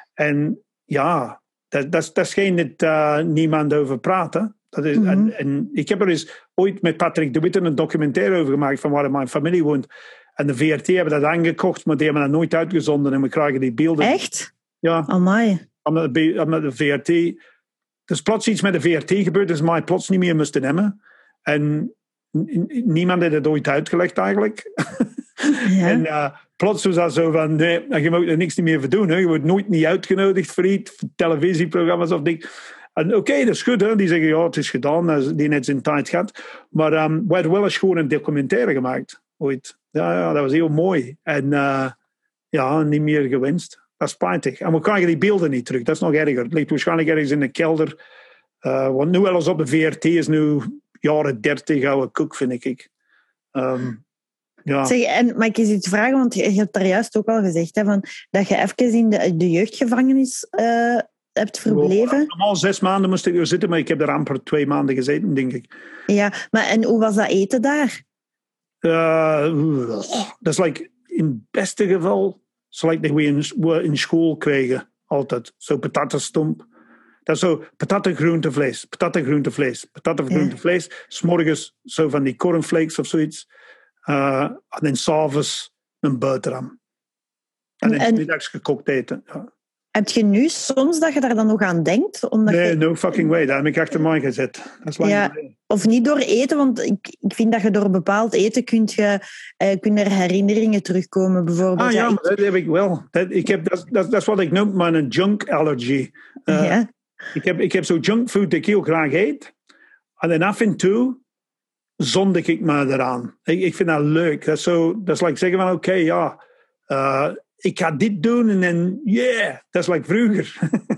En ja, dat, dat, dat is geen dat uh, niemand over praat. Hè? Dat is, mm-hmm. en, en ik heb er eens ooit met Patrick de Witte een documentaire over gemaakt van waar mijn familie woont. En de V R T hebben dat aangekocht, maar die hebben dat nooit uitgezonden en we krijgen die beelden. Echt? Ja. Amai. Omdat de, omdat de V R T... Er is plots iets met de V R T gebeurd, dus mij plots niet meer moesten nemen. En n- niemand had het ooit uitgelegd eigenlijk. Ja. En uh, plots was dat zo van, nee, je moet er niks meer voor doen. Hè. Je wordt nooit niet uitgenodigd voor iets, voor televisieprogramma's of dingen. En oké, okay, dat is goed. Hè. Die zeggen, ja, het is gedaan. Die net zijn tijd gehad. Maar um, we hadden wel eens gewoon een documentaire gemaakt. Ooit. Ja, ja, dat was heel mooi. En uh, ja, niet meer gewenst. Dat is spijtig. En we krijgen die beelden niet terug. Dat is nog erger. Het ligt waarschijnlijk ergens in de kelder. Uh, want nu wel eens op de V R T is nu jaren dertig oude koek, vind ik. Um, ja. Zeg, en mag ik eens iets vragen? Want je hebt daar juist ook al gezegd, hè, van, dat je even in de, de jeugdgevangenis uh, hebt verbleven. Ja, normaal zes maanden moest ik er zitten, maar ik heb er amper twee maanden gezeten, denk ik. Ja, maar en hoe was dat eten daar? Uh, dat is like, in het beste geval, zoals like we in, in school kregen, altijd. Zo patatenstomp. Dat is zo patat, groente, vlees. Patat, groente, vlees. Patat, groente, ja. vlees. 's Morgens zo van die cornflakes of zoiets. Uh, en dan s'avonds een boterham. En dan 's middags gekookt eten. Ja. Heb je nu soms dat je daar dan nog aan denkt? Omdat nee, je... no fucking way. Dat heb ik achter mij gezet. Dat is lang ja, of niet door eten, want ik, ik vind dat je door bepaald eten kunt je, uh, kunnen er herinneringen terugkomen, bijvoorbeeld. Ah ja, ja maar dat heb ik wel. Dat, ik heb, dat, dat, dat is wat ik noem mijn junk allergy. Uh, ja. Ik heb, ik heb zo junkfood dat ik heel graag eet. En dan af en toe zondig ik me eraan. Ik, ik vind dat leuk. Dat is, zo, dat is like zeggen van, oké, okay, ja, uh, ik ga dit doen en dan, yeah, dat is like vroeger.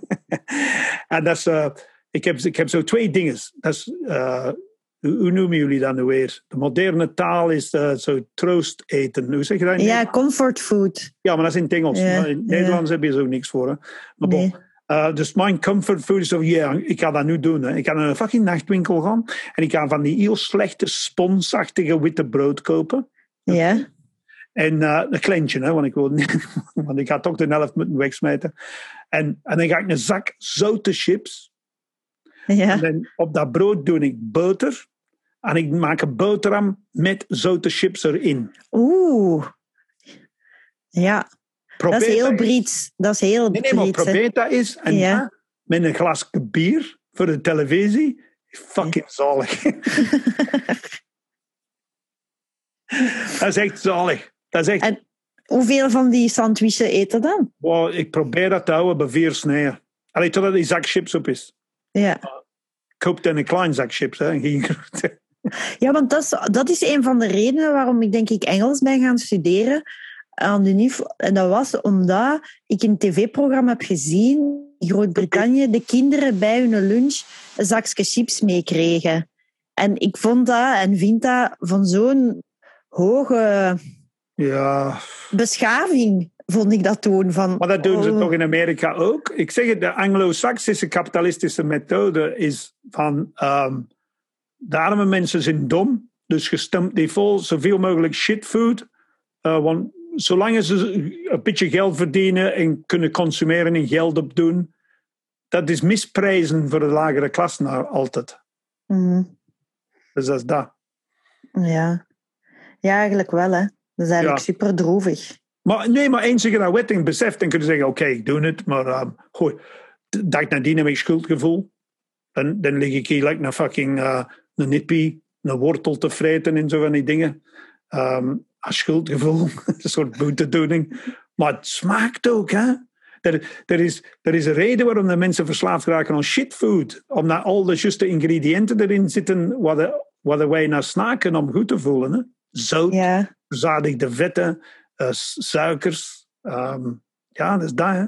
En dat is, uh, ik, heb, ik heb zo twee dingen. Dat is, uh, hoe, hoe noemen jullie dat nu weer? De moderne taal is uh, zo troost eten. Hoe zeg je dat? Ja, comfort food. Ja, maar dat is in het Engels. Ja, in het Nederlands ja. heb je zo niks voor. Hè? Maar bon. Nee. Uh, dus mijn comfort food is zo, ja, yeah, ik ga dat nu doen. Hè. Ik ga naar een fucking nachtwinkel gaan en ik ga van die heel slechte, sponsachtige witte brood kopen. Ja. En uh, een kleintje, hè, want ik wil niet, want ik ga toch de helft moeten wegsmijten. En, en dan ga ik een zak zoute chips. Ja. En dan op dat brood doe ik boter. En ik maak een boterham met zoute chips erin. Oeh. Ja. Probeer dat is heel Brits. Dat is heel nee, nee, maar Brits, probeer dat eens. En ja. Ja, met een glas bier voor de televisie. Fucking ja. zalig. Dat is echt zalig. Dat is echt... En hoeveel van die sandwiches eten dan? Wow, ik probeer dat te houden bij vier snijden. Allee, totdat die zak chips op is. Ja. Uh, koop dan een klein zak chips. Hè, geen grote. Ja, want dat is, dat is een van de redenen waarom ik denk ik Engels ben gaan studeren aan de N I F. En dat was omdat ik een tv-programma heb gezien in Groot-Brittannië, de kinderen bij hun lunch een zakje chips meekregen. En ik vond dat en vind dat van zo'n hoge ja. beschaving, vond ik dat toen. Van, maar dat doen ze oh. toch in Amerika ook? Ik zeg het, de Anglo-Saxische kapitalistische methode is van um, de arme mensen zijn dom, dus je stemmt die vol zoveel mogelijk shitfood. Uh, want zolang ze een beetje geld verdienen en kunnen consumeren en geld opdoen, dat is misprijzen voor de lagere klasse nou altijd. Mm. Dus dat is dat. Ja. Ja, eigenlijk wel, hè. Dat is eigenlijk ja. super droevig. Maar nee, maar eens je dat wetting beseft, dan kun je zeggen, oké, okay, ik doe het, maar um, gooi, de dag nadien heb ik schuldgevoel. Dan, dan lig ik hier like een fucking uh, een nippie, een wortel te vreten en zo van die dingen. Um, als schuldgevoel, een soort boetedoening. Maar het smaakt ook, hè. Er, er, is, er is een reden waarom de mensen verslaafd raken aan shitfood. Omdat al de juiste ingrediënten erin zitten waar, de, waar wij naar snaken om goed te voelen. Hè. Zout, ja. verzadigde vetten, uh, suikers. Um, ja, dat is dat, hè.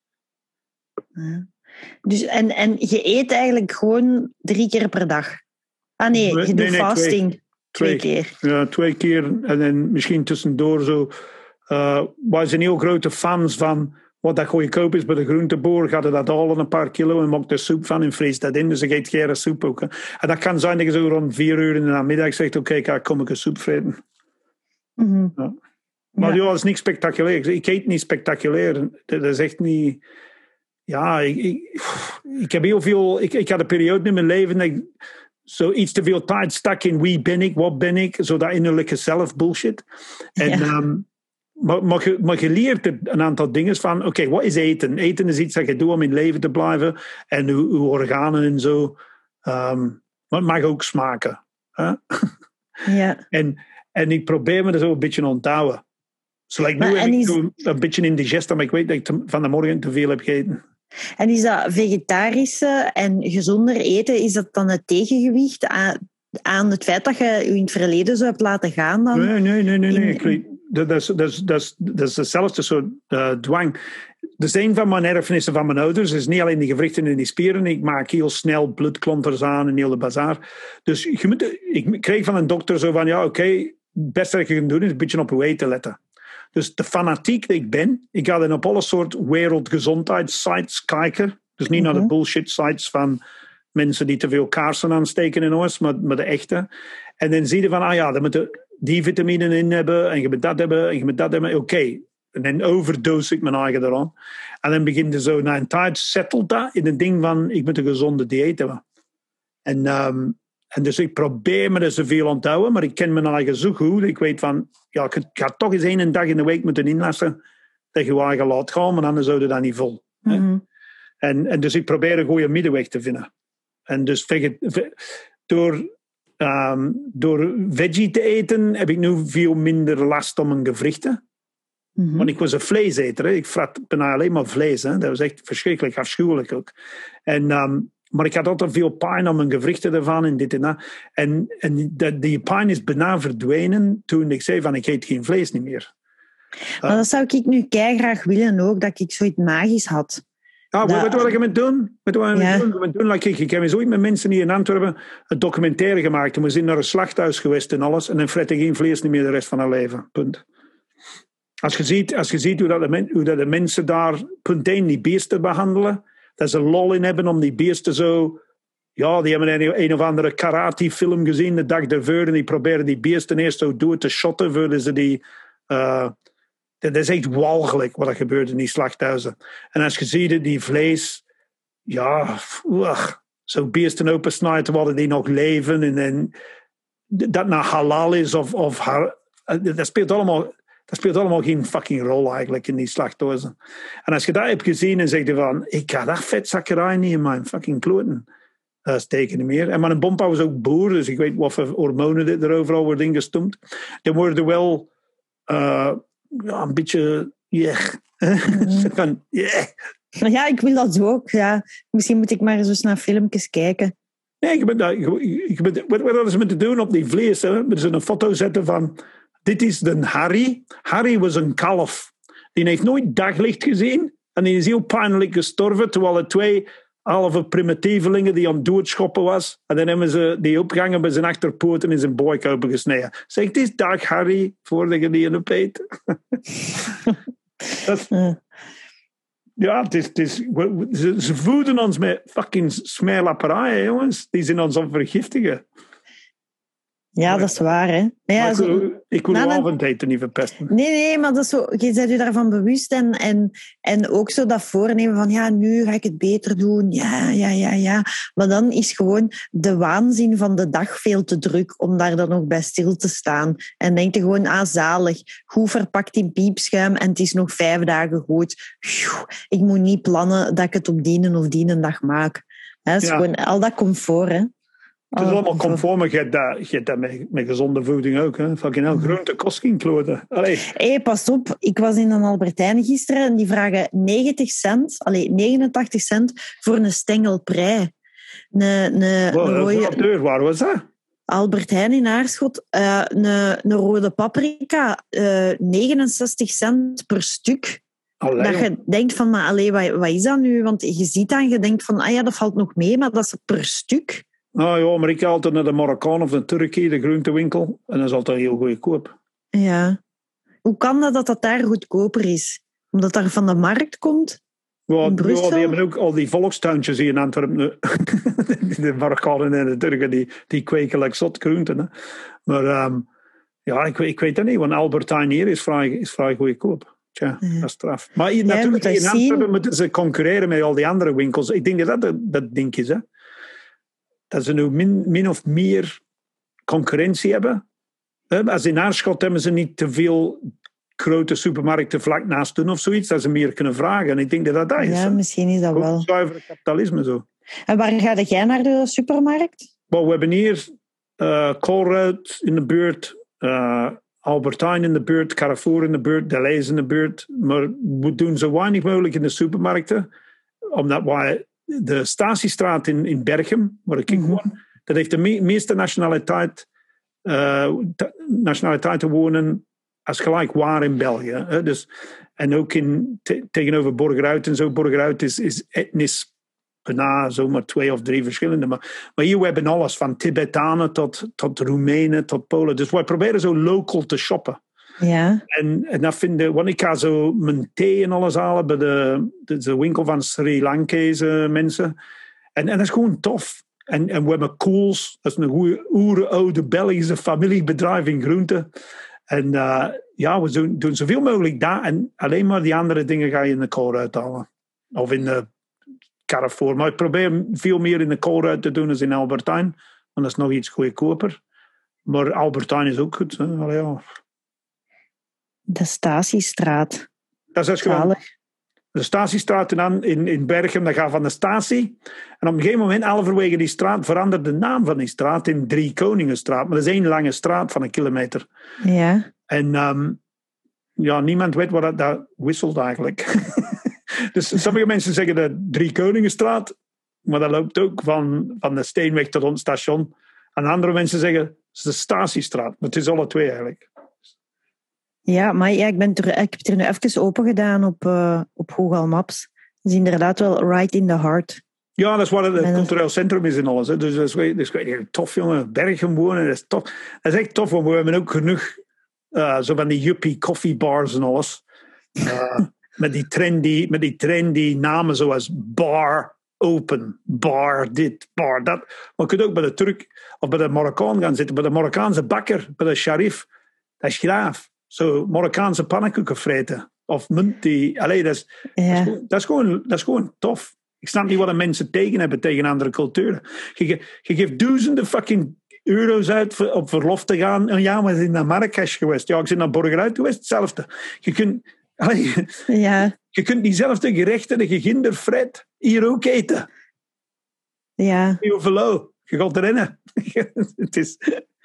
Ja. Dus, en, en je eet eigenlijk gewoon drie keer per dag? Ah nee, je nee, doet nee, fasting. Twee. Twee, twee keer. Ja, twee keer. En dan misschien tussendoor zo. Uh, wij zijn heel grote fans van wat dat goedkoop is bij de groenteboer. Gaat er dat halen, een paar kilo, en maakt er soep van en vrees dat in. Dus ik eet geen soep ook. Hè. En dat kan zijn dat je zo rond vier uur in de namiddag zegt, oké, okay, kom ik een soep vreten. Mm-hmm. Ja. Maar ja. ja, dat is niet spectaculair. Ik eet niet spectaculair. Dat is echt niet... Ja, ik, ik, ik heb heel veel... Ik, ik had een periode in mijn leven dat ik zo iets te veel tijd stak in wie ben ik, wat ben ik, zo dat innerlijke zelf bullshit. En, ja. um, maar, maar, je, maar je leert een aantal dingen van... Oké, okay, wat is eten? Eten is iets dat je doet om in leven te blijven. En je, je organen en zo. Um, maar het mag ook smaken. Huh? Ja. en, en ik probeer me er zo een beetje aan te onthouden. Zo, like, nu heb ik is... een beetje indigestie, maar ik weet dat ik te, van de morgen te veel heb gegeten. En is dat vegetarische en gezonder eten, is dat dan het tegengewicht aan, aan het feit dat je je in het verleden zo hebt laten gaan? Dan nee, nee, nee. nee, nee. In... Ik weet, dat, is, dat, is, dat, is, dat is hetzelfde soort uh, dwang. Dus een van mijn erfenissen van mijn ouders is niet alleen die gewrichten en die spieren. Ik maak heel snel bloedklonters aan en heel de bazaar. Dus je moet, ik kreeg van een dokter zo van, ja, oké, okay, het beste dat je kunt doen is een beetje op je eten letten. Dus de fanatiek die ik ben, ik ga dan op alle soort wereldgezondheidssites kijken. Dus niet mm-hmm. naar de bullshit sites van mensen die te veel kaarsen aansteken in ons, maar, maar de echte. En dan zie je van, ah ja, dan moeten die vitaminen in hebben en je moet dat hebben en je moet dat hebben. Oké, okay. En dan overdose ik mijn eigen eraan. En dan begint je zo, na een tijd settelt dat in een ding van, ik moet een gezonde dieet hebben. En... Um, En dus ik probeer me er zoveel aan te houden, maar ik ken mijn eigen zo goed. Ik weet van, ja, ik ga toch eens één dag in de week moeten inlassen dat je je eigen laat gaan, maar anders zou je dat niet vol. Mm-hmm. En, en dus ik probeer een goede middenweg te vinden. En dus door, um, door veggie te eten heb ik nu veel minder last om mijn gewrichten. Mm-hmm. Want ik was een vleeseter. Hè. Ik frat bijna alleen maar vlees. Hè. Dat was echt verschrikkelijk, afschuwelijk ook. En... Um, Maar ik had altijd veel pijn aan mijn gewrichten ervan en dit en dat. En, en die, die pijn is bijna verdwenen toen ik zei van ik eet geen vlees niet meer. Maar uh, dat zou ik nu keigraag willen ook, dat ik zoiets magisch had. Ja, dat... weet je wat ik moet doen? Weet je wat ik ja. moet doen? Ik, doen? Like, ik, ik heb ooit met mensen hier in Antwerpen een documentaire gemaakt. En we zijn naar een slachthuis geweest en alles. En dan fret ik geen vlees niet meer de rest van haar leven. Punt. Als je ziet, als je ziet hoe, dat de men, hoe dat de mensen daar punt één die beesten behandelen... Dat ze lol in hebben om die beesten zo... Ja, die hebben een, een of andere karate-film gezien de dag ervoor en die proberen die beesten eerst zo door te shotten voordat ze die... Uh, dat is echt walgelijk wat er gebeurt in die slachthuizen. En als je ziet die vlees... Ja, ugh, zo beesten opensnijden terwijl die nog leven en, en dat nou halal is of... of har, dat speelt allemaal... Dat speelt allemaal geen fucking rol eigenlijk in die slachthuizen. En als je dat hebt gezien en zeg je van... Ik ga dat vetzakkerij niet in mijn fucking kloten uh, steken niet meer. En mijn bompa was ook boer, dus ik weet wat voor hormonen er overal worden ingestompt. Dan worden wel uh, ja, een beetje... Yeah. Mm-hmm. van, yeah. Ja, ik wil dat ook. Ja. Misschien moet ik maar eens naar filmpjes kijken. Nee, je bent dat... Je bent, wat hadden ze moeten doen op die vlees? Hè? Moeten ze een foto zetten van... Dit is de Harry. Harry was een kalf. Die heeft nooit daglicht gezien. En die is heel pijnlijk gestorven. Terwijl er twee halve primitievelingen die aan het doodschoppen was. En dan hebben ze die opgehangen bij zijn achterpoot en in zijn buik opengesneden. Zeg, het is dag Harry, voordat je die in de peet. Dat, ja, het is, het is, ze, ze voeden ons met fucking smeerlapperijen, jongens. Die zijn ons aan het vergiftigen. Ja, dat is waar, hè. Ja, ik, zo, wil, ik wil nou, de avondeten niet verpesten. Nee, nee, maar dat is zo, je bent je daarvan bewust en, en, en ook zo dat voornemen van ja, nu ga ik het beter doen. Ja, ja, ja, ja. Maar dan is gewoon de waanzin van de dag veel te druk om daar dan nog bij stil te staan. En denk je gewoon, ah, zalig. Goed verpakt in piepschuim en het is nog vijf dagen goed. Ik moet niet plannen dat ik het op die of die dag maak. Dat is ja. gewoon al dat comfort, hè. Het is allemaal comfort, maar je hebt dat, je hebt dat met, met gezonde voeding ook. Hè? Fucking hell, groente kost geen kloten. Hé, hey, pas op. Ik was in een Albertijn gisteren en die vragen negentig cent, allee, negenentachtig cent voor een stengel prei. Een, een, wow, een rode... deur, waar was dat? Albert Heijn in Aarschot. Uh, een, een rode paprika, uh, negenenzestig cent per stuk. Allee, dat je denkt van, maar allee, wat, wat is dat nu? Want je ziet dan, je denkt van, ah ja, dat valt nog mee, maar dat is per stuk. Nou ja, maar ik ga altijd naar de Marokkaan of de Turkije, de groentewinkel. En dat is altijd heel goedkoop. Ja. Hoe kan dat dat dat daar goedkoper is? Omdat dat van de markt komt? Ja, ja, die hebben ook al die volkstuintjes hier in Antwerpen. De Marokkanen en de Turken, die, die kweken like zot groenten. Hè. Maar um, ja, ik, ik weet het niet, want Albert Heijn hier is vrij, is vrij goedkoop. Tja, ja. Dat is straf. Maar hier, ja, natuurlijk, in Antwerpen zien. Moeten ze concurreren met al die andere winkels. Ik denk dat dat dat ding is, hè. Dat ze nu min, min of meer concurrentie hebben. Als in Aarschot hebben ze niet te veel grote supermarkten vlak naast doen of zoiets, dat ze meer kunnen vragen. En ik denk dat dat dat is. Ja, hè. misschien is dat Gewoon wel. zuivere kapitalisme zo. En waar ga jij naar de supermarkt? Well, we hebben hier uh, Colruyt in de buurt, uh, Albertijn in de buurt, Carrefour in de buurt, Delhaize in de buurt. Maar we doen zo weinig mogelijk in de supermarkten. Omdat wij de Statiestraat in, in Berchem, waar ik mm-hmm. woon, dat heeft de me- meeste nationaliteit, uh, t- nationaliteiten wonen als gelijk waar in België. Hè? Dus, en ook in, te- tegenover Borgerhout en zo. Borgerhout is, is etnisch bijna zomaar twee of drie verschillende. Maar, maar hier we hebben alles, van Tibetanen tot, tot Roemenen tot Polen. Dus wij proberen zo local te shoppen. Ja. En, en dat vind ik, want ik ga zo mijn thee en alles halen bij de, de, de winkel van Sri Lankese mensen. En, en dat is gewoon tof. En, en we hebben Koels, dat is een goede oeroude Belgische familiebedrijf in groenten. En uh, ja, we doen, doen zoveel mogelijk daar. En alleen maar die andere dingen ga je in de Colruyt halen. Of in de Carrefour. Maar ik probeer veel meer in de Colruyt te doen dan in Albertijn. Want dat is nog iets goedkoper. Maar Albertijn is ook goed. Hè? Allee, ja. De Statiestraat. Dat is gewoon de Statiestraat en dan in, in Berchem. Dat gaat van de statie. En op een gegeven moment, halverwege die straat, verandert de naam van die straat in Drie Koningenstraat. Maar dat is één lange straat van een kilometer. Ja. En um, ja, niemand weet wat dat, dat wisselt eigenlijk. Dus sommige mensen zeggen de Drie Koningenstraat. Maar dat loopt ook van, van de Steenweg tot ons station. En andere mensen zeggen het is de Statiestraat. Maar het is alle twee eigenlijk. Ja, maar ja, ik, ben er, ik heb het er nu even open gedaan op, uh, op Google Maps. Het is inderdaad wel right in the heart. Ja, dat is wat het, het cultureel centrum is en alles. Hè. Dus dat is, dat is echt tof, jongen. Bergen wonen, dat is tof. Dat is echt tof, want we hebben ook genoeg uh, zo van die yuppie koffiebars en alles. Uh, met, die trendy, met die trendy namen zoals bar open, bar dit, bar dat. Maar je kunt ook bij de Turk of bij de Marokkaan gaan zitten. Bij de Marokkaanse bakker, bij de sharif. Dat is graaf. Zo Marokkaanse pannenkoeken vreten. Of munt die... Allee, dat is, Ja. dat, is gewoon, dat, is gewoon, dat is gewoon tof. Ik snap niet wat de mensen tegen hebben tegen andere culturen. Je, je geeft duizenden fucking euro's uit voor, op verlof te gaan. En ja, we zijn naar Marrakesh geweest. Ja, ik ben naar Borgerhout geweest. Hetzelfde. Je kunt... Allee, Ja. je kunt diezelfde gerechten dat je ginder fret hier ook eten. Ja. Overlo. Je gaat erin. Het is...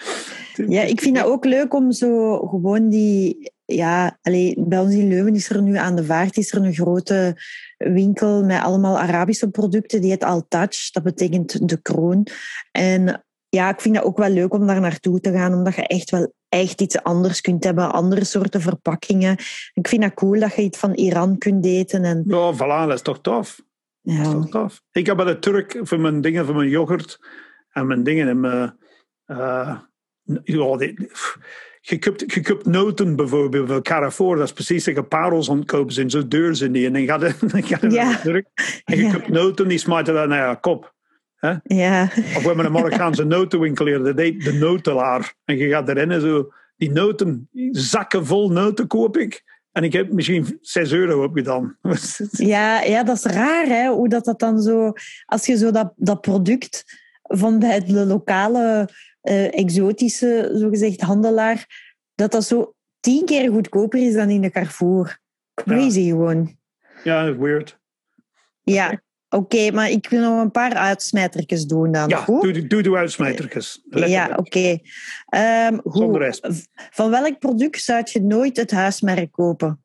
Ja, ik vind dat ook leuk om zo gewoon die... Ja, allee, bij ons in Leuven is er nu aan de Vaart is er een grote winkel met allemaal Arabische producten. Die heet Al-Taj, dat betekent de kroon. En ja, ik vind dat ook wel leuk om daar naartoe te gaan, omdat je echt wel echt iets anders kunt hebben, andere soorten verpakkingen. Ik vind dat cool dat je iets van Iran kunt eten. En... Ja, voilà, dat is toch tof. Ja. Dat is toch tof. Ik heb bij de Turk voor mijn dingen, voor mijn yoghurt en mijn dingen en mijn... Uh, ja, die, je koopt, je koopt noten bijvoorbeeld bij Carrefour, dat is precies dat je parels ontkopen zijn, zo duur zijn die. En dan gaat het, dan gaat het Ja. naar de Turk. En je Ja. koopt noten, die smijten dan naar je kop. Hè? Ja. Of we hebben een Marokkaanse notenwinkel hier, dat heet de notelaar. En je gaat erin en zo, die noten, zakken vol noten koop ik. En ik heb misschien zes euro opgedaan. Ja, ja, dat is raar, hè, hoe dat, dat dan zo... Als je zo dat, dat product van bij de lokale uh, exotische, zogezegd, handelaar, dat dat zo tien keer goedkoper is dan in de Carrefour. Crazy ja. Gewoon. Ja, dat is weird. Ja, oké, okay, maar ik wil nog een paar uitsmijtertjes doen dan. Ja, goed? doe, doe de uitsmijtertjes. Ja, oké. Okay. Um, Zonder van welk product zou je nooit het huismerk kopen?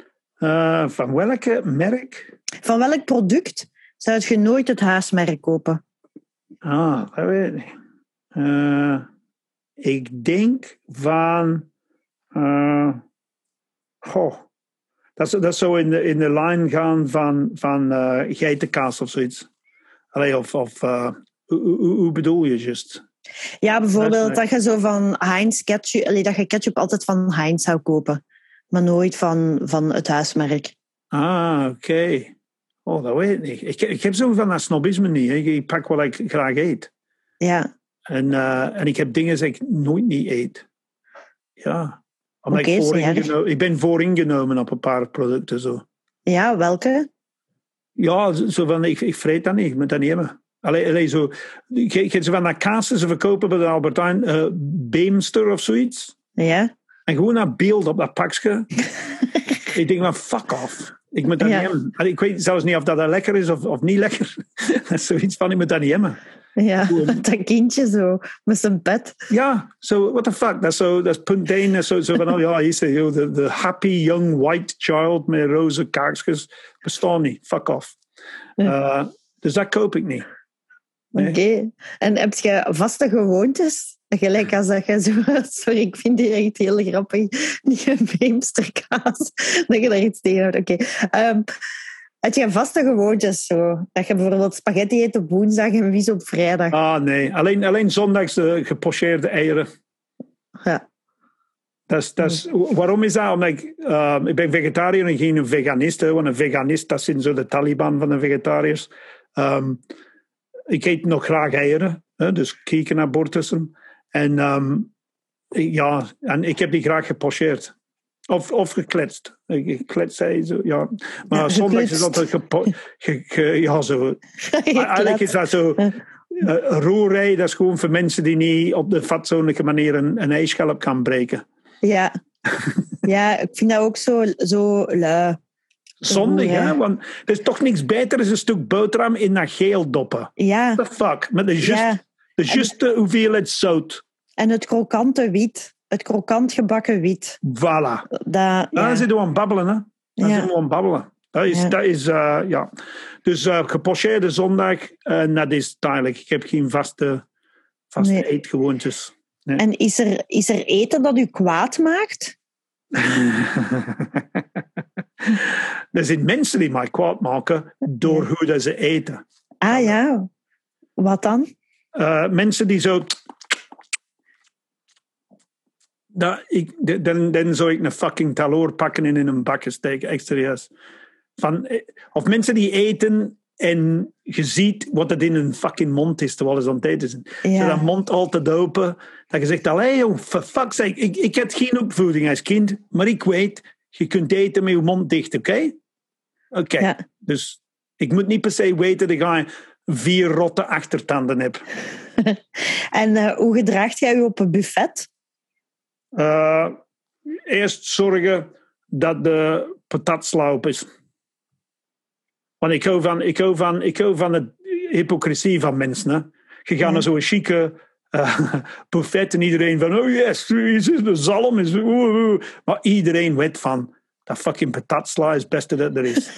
Uh, van welke merk? Van welk product zou je nooit het huismerk kopen? Ah, dat weet ik. Uh, ik denk van... Uh, goh, dat, dat zou in de, in de lijn gaan van, van uh, geitenkaas of zoiets. Allee, of... of uh, hoe, hoe, hoe bedoel je juist? Ja, bijvoorbeeld dat je zo van Heinz ketchup... Allee, dat je ketchup altijd van Heinz zou kopen. Maar nooit van, van het huismerk. Ah, oké. Okay. Oh, dat weet ik niet. Ik, ik heb zo van dat snobisme niet. Hè. Ik pak wat ik graag eet. Ja. En, uh, en ik heb dingen die ik nooit niet eet. Ja. Omdat okay, ik, vooringeno- ik ben vooringenomen op een paar producten. Zo. Ja, welke? Ja, zo van, ik, ik vreet dat niet. Ik moet dat niet hebben. Allee, allee, zo, je, je, zo van dat kaas ze verkopen bij de Albertijn. Uh, Beemster of zoiets. Ja. En gewoon dat beeld op dat pakje. Ik denk van, fuck off. Ik moet dat ja. niet hebben. Ik weet zelfs niet of dat lekker is of, of niet lekker. Dat is zoiets van, ik moet dat niet hebben. Ja, gewoon. Dat kindje zo, met zijn pet. Ja, so what the fuck. Dat is, zo, dat is punt één. Dat is zo, zo van, oh ja, hier is de, de happy young white child met roze kaartjes. Bestaat niet. Fuck off. Ja. Uh, dus dat koop ik niet. Nee. Oké. Okay. En heb je vaste gewoontes? Gelijk als dat je zo... Sorry, ik vind die echt heel grappig. Die beemsterkaas. Dat je daar iets tegen houdt. Oké. Okay. Um, heb je vaste gewoontes zo? Dat je bijvoorbeeld spaghetti eet op woensdag en vis op vrijdag? Ah, nee. Alleen, alleen zondags de gepocheerde eieren. Ja. Dat is, dat is, waarom is dat? Omdat ik, uh, ik ben vegetariër en geen veganist. Hè, want een veganist, dat zijn zo de Taliban van de vegetariërs. Um, ik eet nog graag eieren. Hè, dus kikkernabortussen. En um, ja, en ik heb die graag gepocheerd. Of, of gekletst. Gekletst, zei zo, ja. Maar ja, zondags is dat gepo... Ge, ge, ja, zo. Eigenlijk is dat zo... Uh, roerij, dat is gewoon voor mensen die niet op de fatsoenlijke manier een, een ijsschelp kan breken. Ja. Ja, ik vind dat ook zo... zo uh, zondig, hè? Want er is toch niks beter dan een stuk boterham in dat geel doppen. Ja. What the fuck? Met de juiste ja. de juiste en, hoeveelheid zout. En het krokante wit. Het krokant gebakken wit. Voilà. Dat, ja. Dan zitten we aan babbelen, hè? Dan ja. zitten we aan babbelen. Dat is, ja. Dat is uh, ja. Dus uh, gepocheerde zondag, en uh, dat is duidelijk. Ik heb geen vaste, vaste nee. eetgewoontes. Nee. En is er, is er eten dat u kwaad maakt? Er zijn mensen die mij kwaad maken door ja. hoe dat ze eten. Ah ja, wat dan? Uh, mensen die zo... Dat ik, dan, dan zou ik een fucking taloor pakken en in een bakje steken. Echt serieus. Van, of mensen die eten en je ziet wat het in hun fucking mond is terwijl ze aan het eten zijn. Ja. Zo dat mond altijd open. Dat je zegt, allee joh, for fuck's sake. Ik, ik had geen opvoeding als kind, maar ik weet, je kunt eten met je mond dicht, oké? Okay? Oké. Okay. Ja. Dus ik moet niet per se weten dat je vier rotte achtertanden hebt. En uh, hoe gedraagt jij je op een buffet? Uh, eerst zorgen dat de patatsla op is. Want ik hou van, ik hou van, ik hou van de hypocrisie van mensen. Hè. Je gaat ja. naar zo'n chique uh, buffet en iedereen van, oh yes, is de zalm. Is, uh, uh. Maar iedereen weet van, dat fucking patatsla is het beste dat er is.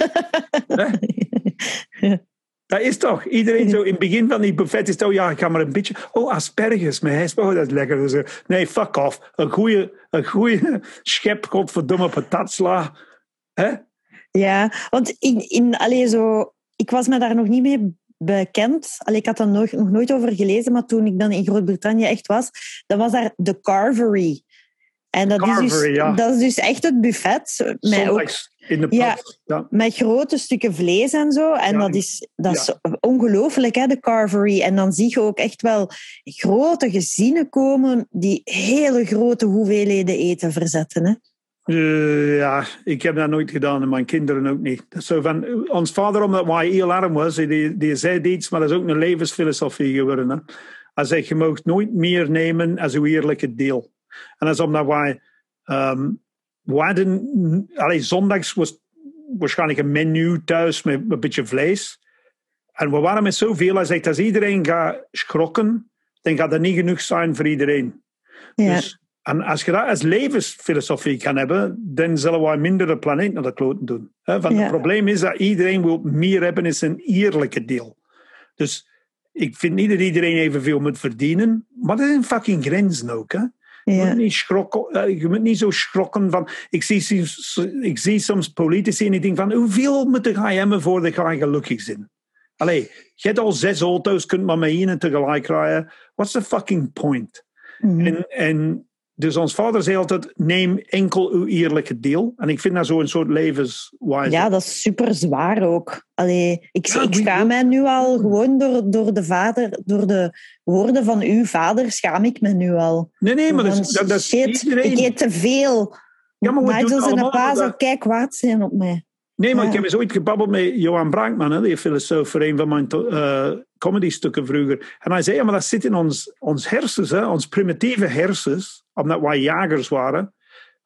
Dat is toch? Iedereen zo in het begin van die buffet is toch, ja, ik ga maar een beetje... Oh, asperges met hesp, oh, dat is lekker. Dus, nee, fuck off. Een goeie, een goeie schep, godverdomme patatsla. Hè? Ja, want in, in, allee, zo, ik was me daar nog niet mee bekend. Allee, ik had er nog, nog nooit over gelezen, maar toen ik dan in Groot-Brittannië echt was, dan was daar de Carvery. En dat, Carvery, is dus, ja. dat is dus echt het buffet. Met ook, in de ja, ja. met grote stukken vlees en zo. En ja, dat is, dat is ja. ongelooflijk, hè, de Carvery. En dan zie je ook echt wel grote gezinnen komen die hele grote hoeveelheden eten verzetten. Hè. Uh, ja, ik heb dat nooit gedaan en mijn kinderen ook niet. Zo van, ons vader, omdat hij heel arm was, die, die zei iets, maar dat is ook een levensfilosofie geworden. Hè. Hij zegt, je mag nooit meer nemen als uw eerlijke deel. En dat is omdat wij... Um, we hadden... Allee, zondags was waarschijnlijk een menu thuis met een beetje vlees. En we waren met zoveel, hij zegt, als iedereen gaat schrokken, dan gaat er niet genoeg zijn voor iedereen. Ja. Dus, en als je dat als levensfilosofie kan hebben, dan zullen wij minder de planeet naar de kloten doen. He, want ja. Het probleem is dat iedereen wil meer hebben in zijn eerlijke deel. Dus ik vind niet dat iedereen evenveel moet verdienen, maar dat is een fucking grenzen ook, hè. Je, ja. moet niet schrokken, je moet niet zo schrokken van... Ik zie, ik zie soms politici en ik denk van... Hoeveel moet je hebben voordat je gelukkig zijn? Allee, je hebt al zes auto's, kunt maar met één tegelijk rijden. What's the fucking point? Mm-hmm. En, en dus ons vader zei altijd... Neem enkel uw eerlijke deel. En ik vind dat zo'n soort levenswijze. Ja, dat is super zwaar ook. Allee, ik, ja, ik schaam mij nu al gewoon door, door de vader... Door de woorden van uw vader schaam ik me nu al. Nee, nee, maar dat is, dat, dat is shit, iedereen... Ik eet te veel. Ja, maar Nigel en een pa zou kijk kwaad zijn op mij. Nee, maar ja. ik heb eens ooit gebabbeld met Johan Braakman, hè, die filosoof, voor een van mijn uh, comedystukken vroeger. En hij zei, ja, maar dat zit in ons, ons hersens, hè, ons primitieve hersens, omdat wij jagers waren.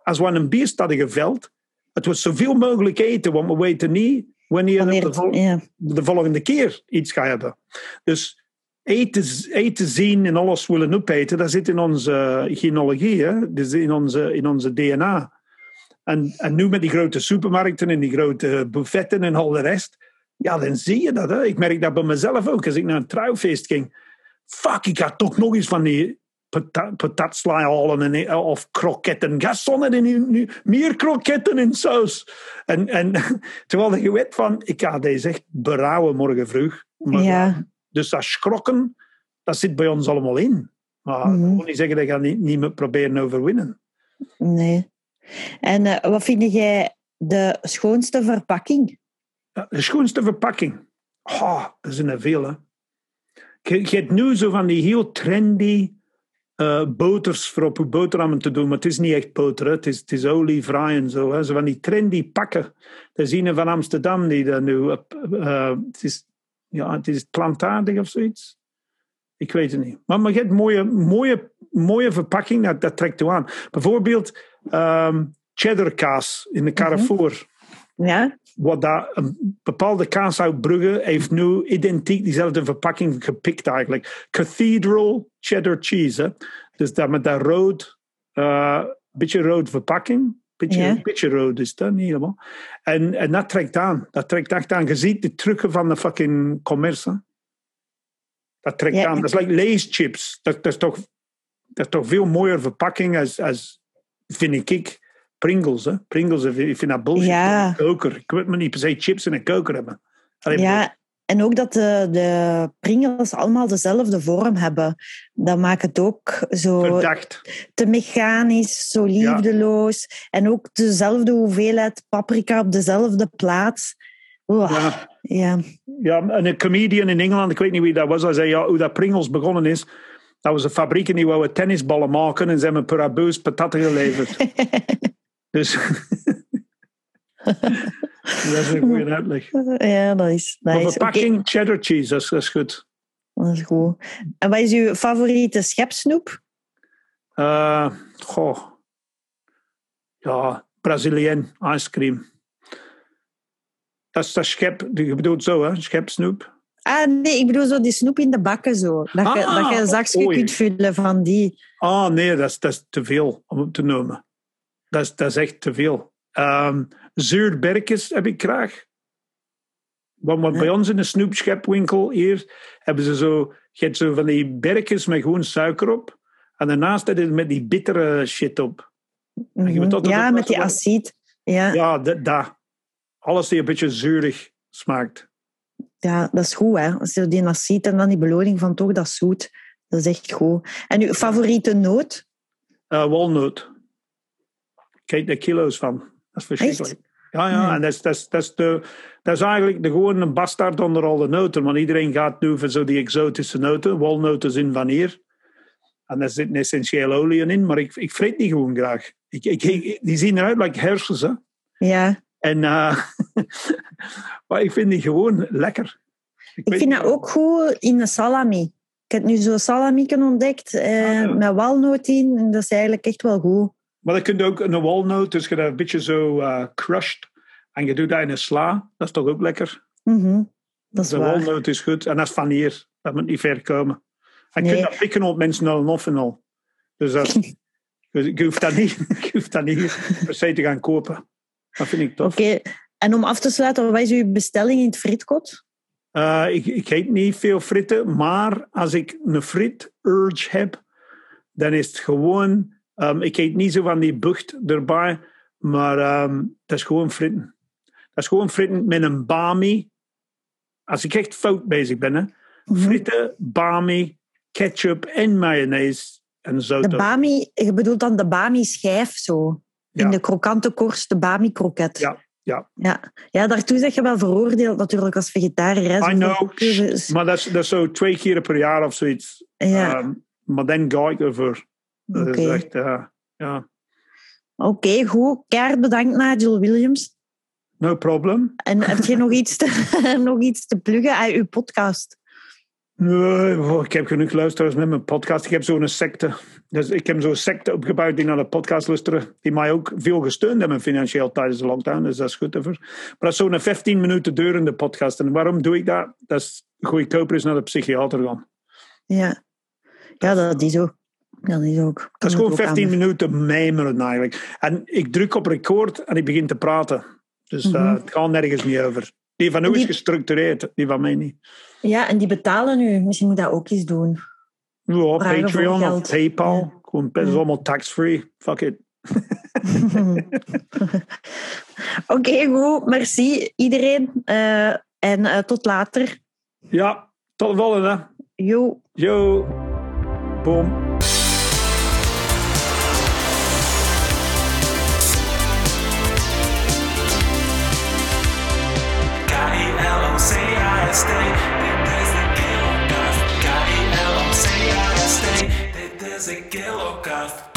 als we een beest hadden geveld, het was zoveel mogelijk eten, want we weten niet wanneer, wanneer de, vol- ja. de volgende keer iets gaat hebben. Dus eten, eten zien en alles willen opeten, dat zit in onze genealogie, hè? Dus in onze, in onze D N A. En, en nu met die grote supermarkten en die grote buffetten en al de rest, ja, dan zie je dat. Hè? Ik merk dat bij mezelf ook, als ik naar een trouwfeest ging. Fuck, ik had toch nog eens van die patat, patatslaai halen en, of kroketten. Gasson en nu, nu meer kroketten in saus. En, en terwijl je weet van, ik ga deze echt berouwen morgen vroeg. Maar, ja. Dus dat schrokken, dat zit bij ons allemaal in. Maar mm-hmm. ik wil niet zeggen dat je niet, niet moet proberen overwinnen. Nee. En uh, wat vind jij de schoonste verpakking? Ja, de schoonste verpakking? Oh, dat zijn er veel, hè. Je, je hebt nu zo van die heel trendy uh, boters voor op je boterhammen te doen, maar het is niet echt boter, hè. Het is, het is olievrij en zo, hè. Zo van die trendy pakken. Dat is een van Amsterdam die dat nu... Uh, uh, het, is, ja, het is plantaardig of zoiets. Ik weet het niet. Maar, maar je hebt mooie, mooie, mooie verpakking, dat, dat trekt je aan. Bijvoorbeeld um, cheddar kaas in de Carrefour. Ja. Wat dat, een bepaalde kaas uit Brugge heeft nu identiek diezelfde verpakking gepikt eigenlijk. Cathedral cheddar cheese. Hè? Dus dat met dat rood, uh, beetje rood verpakking. Beetje, ja. beetje rood is dat, niet helemaal. En, en dat trekt aan. Dat trekt echt aan. Je ziet de trucken van de fucking commerce. Hè? Dat trekt ja. aan. Dat is like Lay's chips. Dat, dat, is toch, dat is toch veel mooier verpakking als, als vind ik, Pringles. Hè? Pringles, ik vind dat bullshit. Ja. Een koker. Ik wil me niet per se chips in een koker hebben. Allee, ja, maar... en ook dat de, de Pringles allemaal dezelfde vorm hebben. Dat maakt het ook zo... Verdacht. Te mechanisch, zo liefdeloos. Ja. En ook dezelfde hoeveelheid paprika op dezelfde plaats. Oeh, ja. Ja. ja, en een comedian in Engeland, ik weet niet wie dat was, hij zei ja, hoe dat Pringles begonnen is. Dat was een fabriek en die wou tennisballen maken en ze hebben per abuus patatten geleverd. Dus dat is een goede uitleg. Ja, dat is... Dat maar is verpakking okay. cheddar cheese, dat is, dat is goed. Dat is goed. En wat is uw favoriete schepsnoep? Uh, goh. Ja, Brazilian ice cream. Dat is dat schep, je bedoelt zo, hè? Schepsnoep. Ah, nee, ik bedoel zo die snoep in de bakken zo. Dat ah, je, dat je een zakje kunt vullen van die. Ah, nee, dat is, dat is te veel om op te noemen. Dat is, dat is echt te veel. Um, Zuurberkjes heb ik graag. Want, want ja. bij ons in de snoepschepwinkel hier hebben ze zo, je hebt zo van die berkjes met gewoon suiker op. En daarnaast heb je met die bittere shit op. Mm-hmm. Ja, met die acid. Ja, ja dat. Da. Alles die een beetje zuurig smaakt. Ja, dat is goed, hè. Als je die acid en dan die beloning van toch dat zoet. Dat is echt goed. En uw favoriete noot? Uh, walnoot. Kijk, de kilo's van. Dat is verschrikkelijk. Echt? Ja, ja. Hmm. En dat is, dat, is, dat, is de, dat is eigenlijk de, gewoon een bastard onder al de noten. Want iedereen gaat nu voor zo die exotische noten. Walnoten zijn van hier. En daar zitten essentieel oliën in. Maar ik, ik vreet die gewoon graag. Ik, ik, ik, die zien eruit like hersens, hè. Ja. En uh, maar ik vind die gewoon lekker. Ik, ik vind dat ook goed in de salami. Ik heb nu zo'n salami ontdekt eh, ah, ja. met walnoot in. En dat is eigenlijk echt wel goed. Maar dan kun je ook een walnoot, dus je dat een beetje zo uh, crushed. En je doet dat in een sla. Dat is toch ook lekker? Mm-hmm. Dat is de waar. walnoot is goed. En dat is van hier. Dat moet niet ver komen. En je nee. kunt dat pikken op mensen al of en al. Dus dat, je, hoeft dat niet, je hoeft dat niet per se te gaan kopen. Dat vind ik tof. Oké, okay. En om af te sluiten, wat is uw bestelling in het frietkot? Uh, ik, ik eet niet veel fritten, maar als ik een frit urge heb, dan is het gewoon... Um, ik eet niet zo van die bucht erbij, maar um, dat is gewoon fritten. Dat is gewoon fritten met een bami. Als ik echt fout bezig ben, hè. Fritten, bami, ketchup en mayonaise en zout. De bami, je bedoelt dan de bami-schijf zo? In ja. de krokante korst, de bami-kroket. Ja, ja. Ja. Ja, daartoe zeg je wel veroordeeld natuurlijk als vegetariër. I know, dus... maar dat is, dat is zo twee keer per jaar of zoiets. Ja. Um, maar dan ga ik ervoor. Dat okay. is echt, uh, ja. Oké, okay, goed. Keihard bedankt, Nigel Williams. No problem. En heb je nog iets te, nog iets te pluggen aan uw podcast? Nee, ik heb genoeg luisteraars met mijn podcast. Ik heb zo'n secte. Dus ik heb zo'n secte opgebouwd die naar de podcast luisteren, die mij ook veel gesteund hebben financieel tijdens de lockdown, dus dat is goed ervoor. Maar dat is zo'n vijftien minuten durende podcast. En waarom doe ik dat? Dat is goedkoper is naar de psychiater gaan. Ja, ja dat is ook. Dat is ook. Dat is gewoon vijftien minuten mijmeren eigenlijk. En ik druk op record en ik begin te praten. Dus uh, mm-hmm. het gaat nergens meer over. Die van u die... is gestructureerd, die van mij niet. Ja, en die betalen nu. Misschien moet dat ook eens doen. Ja, Patreon of PayPal. Ja. Gewoon, het is allemaal tax-free. Fuck it. Oké, okay, goed. Merci iedereen. Uh, en uh, tot later. Ja, tot de volgende. Jo. Jo. Boom. K I L O C A S T, dit is een Kilocast.